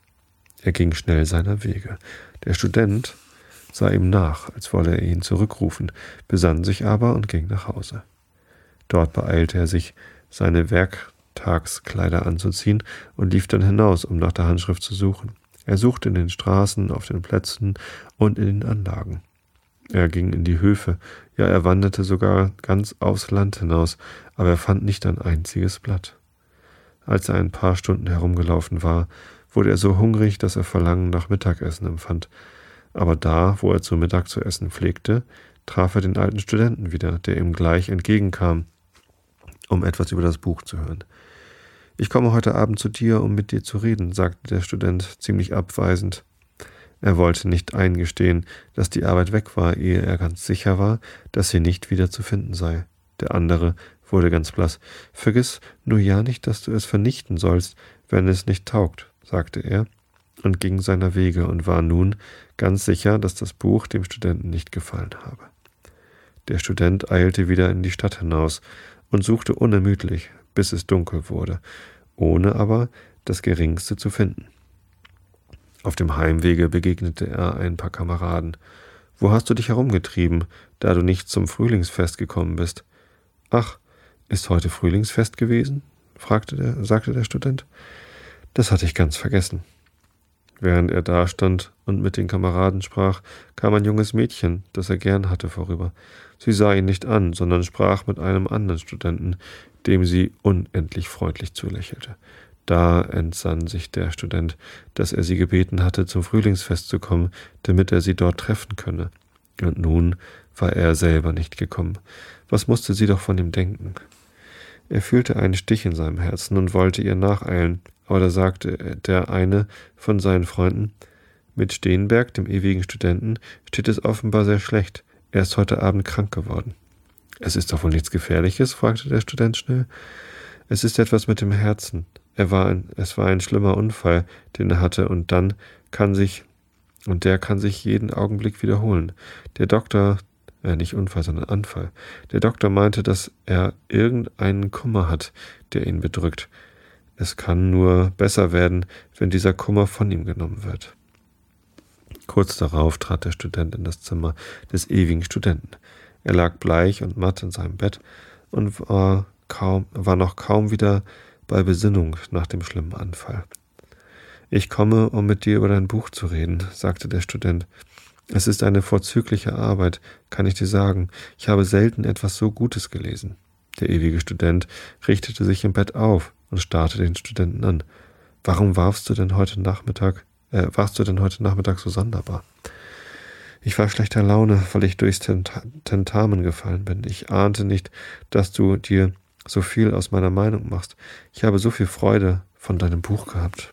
Er ging schnell seiner Wege. Der Student sah ihm nach, als wolle er ihn zurückrufen, besann sich aber und ging nach Hause. Dort beeilte er sich, seine Werktagskleider anzuziehen und lief dann hinaus, um nach der Handschrift zu suchen. Er suchte in den Straßen, auf den Plätzen und in den Anlagen. Er ging in die Höfe, ja, er wanderte sogar ganz aufs Land hinaus, aber er fand nicht ein einziges Blatt. Als er ein paar Stunden herumgelaufen war, wurde er so hungrig, dass er Verlangen nach Mittagessen empfand. Aber da, wo er zu Mittag zu essen pflegte, traf er den alten Studenten wieder, der ihm gleich entgegenkam, um etwas über das Buch zu hören. »Ich komme heute Abend zu dir, um mit dir zu reden«, sagte der Student ziemlich abweisend. Er wollte nicht eingestehen, dass die Arbeit weg war, ehe er ganz sicher war, dass sie nicht wieder zu finden sei. Der andere wurde ganz blass. »Vergiss nur ja nicht, dass du es vernichten sollst, wenn es nicht taugt«, sagte er und ging seiner Wege und war nun ganz sicher, dass das Buch dem Studenten nicht gefallen habe. Der Student eilte wieder in die Stadt hinaus und suchte unermüdlich, bis es dunkel wurde, ohne aber das Geringste zu finden. Auf dem Heimwege begegnete er ein paar Kameraden. »Wo hast du dich herumgetrieben, da du nicht zum Frühlingsfest gekommen bist?« »Ach, ist heute Frühlingsfest gewesen?« sagte der Student. »Das hatte ich ganz vergessen.« Während er dastand und mit den Kameraden sprach, kam ein junges Mädchen, das er gern hatte, vorüber. Sie sah ihn nicht an, sondern sprach mit einem anderen Studenten, dem sie unendlich freundlich zulächelte. Da entsann sich der Student, dass er sie gebeten hatte, zum Frühlingsfest zu kommen, damit er sie dort treffen könne. Und nun war er selber nicht gekommen. Was musste sie doch von ihm denken? Er fühlte einen Stich in seinem Herzen und wollte ihr nacheilen, aber da sagte der eine von seinen Freunden: »Mit Steenberg, dem ewigen Studenten, steht es offenbar sehr schlecht. Er ist heute Abend krank geworden.« »Es ist doch wohl nichts Gefährliches?« fragte der Student schnell. »Es ist etwas mit dem Herzen. Es war ein schlimmer Unfall, den er hatte, und der kann sich jeden Augenblick wiederholen. Der Doktor, nicht Unfall, sondern Anfall. Der Doktor meinte, dass er irgendeinen Kummer hat, der ihn bedrückt. Es kann nur besser werden, wenn dieser Kummer von ihm genommen wird.« Kurz darauf trat der Student in das Zimmer des ewigen Studenten. Er lag bleich und matt in seinem Bett und war noch kaum wieder bei Besinnung nach dem schlimmen Anfall. »Ich komme, um mit dir über dein Buch zu reden«, sagte der Student. »Es ist eine vorzügliche Arbeit, kann ich dir sagen. Ich habe selten etwas so Gutes gelesen.« Der ewige Student richtete sich im Bett auf und starrte den Studenten an. »Warum warst du denn heute Nachmittag so sonderbar?« »Ich war schlechter Laune, weil ich durchs Tentamen gefallen bin. Ich ahnte nicht, dass du dir so viel aus meiner Meinung machst. Ich habe so viel Freude von deinem Buch gehabt.«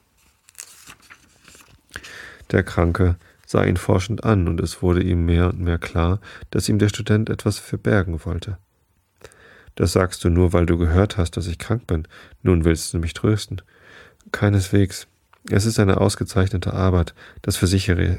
Der Kranke sah ihn forschend an, und es wurde ihm mehr und mehr klar, dass ihm der Student etwas verbergen wollte. »Das sagst du nur, weil du gehört hast, dass ich krank bin. Nun willst du mich trösten.« »Keineswegs. Es ist eine ausgezeichnete Arbeit. Das versichere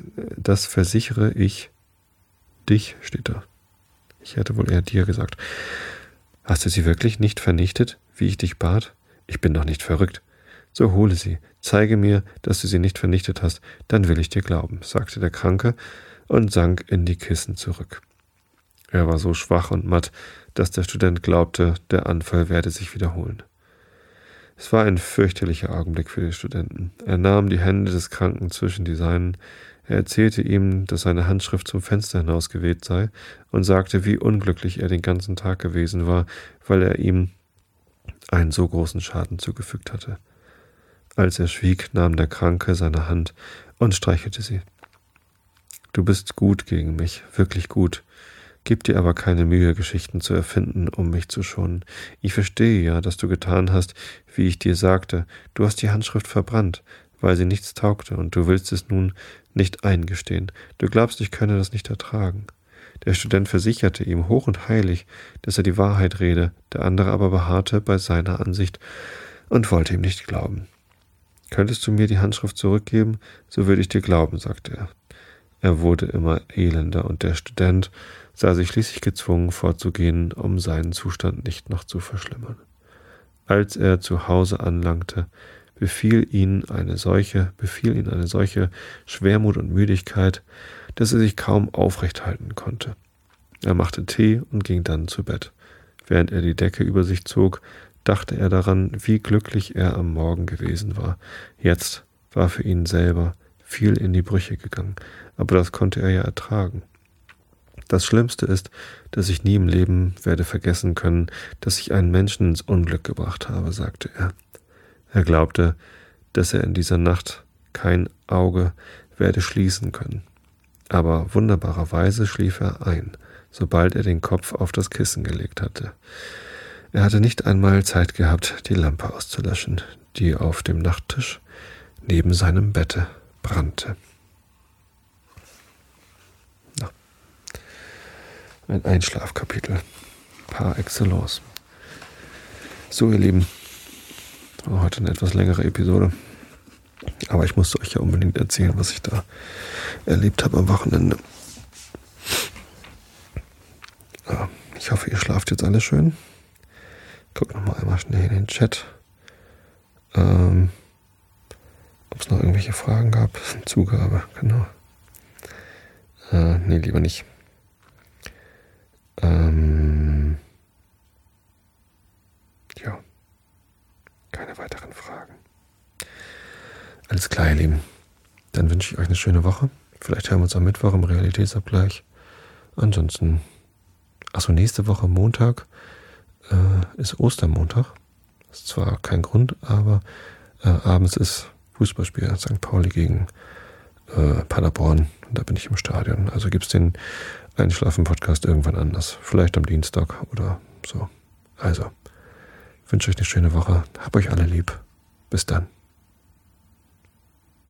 ich dich«, steht da. Ich hätte wohl eher dir gesagt. »Hast du sie wirklich nicht vernichtet, wie ich dich bat? Ich bin doch nicht verrückt. So hole sie, zeige mir, dass du sie nicht vernichtet hast, dann will ich dir glauben«, sagte der Kranke und sank in die Kissen zurück. Er war so schwach und matt, dass der Student glaubte, der Anfall werde sich wiederholen. Es war ein fürchterlicher Augenblick für den Studenten. Er nahm die Hände des Kranken zwischen die seinen. Er erzählte ihm, dass seine Handschrift zum Fenster hinausgeweht sei, und sagte, wie unglücklich er den ganzen Tag gewesen war, weil er ihm einen so großen Schaden zugefügt hatte. Als er schwieg, nahm der Kranke seine Hand und streichelte sie. »Du bist gut gegen mich, wirklich gut. Gib dir aber keine Mühe, Geschichten zu erfinden, um mich zu schonen. Ich verstehe ja, dass du getan hast, wie ich dir sagte. Du hast die Handschrift verbrannt, weil sie nichts taugte, und du willst es nun nicht eingestehen. Du glaubst, ich könne das nicht ertragen.« Der Student versicherte ihm hoch und heilig, dass er die Wahrheit rede, der andere aber beharrte bei seiner Ansicht und wollte ihm nicht glauben. »Könntest du mir die Handschrift zurückgeben, so würde ich dir glauben«, sagte er. Er wurde immer elender, und der Student sah sich schließlich gezwungen, fortzugehen, um seinen Zustand nicht noch zu verschlimmern. Als er zu Hause anlangte, befiel ihn eine solche Schwermut und Müdigkeit, dass er sich kaum aufrecht halten konnte. Er machte Tee und ging dann zu Bett. Während er die Decke über sich zog, dachte er daran, wie glücklich er am Morgen gewesen war. Jetzt war für ihn selber viel in die Brüche gegangen, aber das konnte er ja ertragen. Das Schlimmste ist, dass ich nie im Leben werde vergessen können, dass ich einen Menschen ins Unglück gebracht habe, sagte er. Er glaubte, dass er in dieser Nacht kein Auge werde schließen können. Aber wunderbarerweise schlief er ein, sobald er den Kopf auf das Kissen gelegt hatte. Er hatte nicht einmal Zeit gehabt, die Lampe auszulöschen, die auf dem Nachttisch neben seinem Bette brannte. Ein Einschlafkapitel par excellence. So, ihr Lieben, heute eine etwas längere Episode. Aber ich musste euch ja unbedingt erzählen, was ich da erlebt habe am Wochenende. Ja, ich hoffe, ihr schlaft jetzt alle schön. Guck noch mal einmal schnell in den Chat, ob es noch irgendwelche Fragen gab. Zugabe, genau. Nee, lieber nicht. Ja, keine weiteren Fragen. Alles klar, ihr Lieben. Dann wünsche ich euch eine schöne Woche. Vielleicht hören wir uns am Mittwoch im Realitätsabgleich. Ansonsten, nächste Woche Montag ist Ostermontag. Das ist zwar kein Grund, aber abends ist Fußballspiel St. Pauli gegen Paderborn. Und da bin ich im Stadion. Also gibt es den Einschlafen-Podcast irgendwann anders. Vielleicht am Dienstag oder so. Also, wünsche euch eine schöne Woche. Hab euch alle lieb. Bis dann.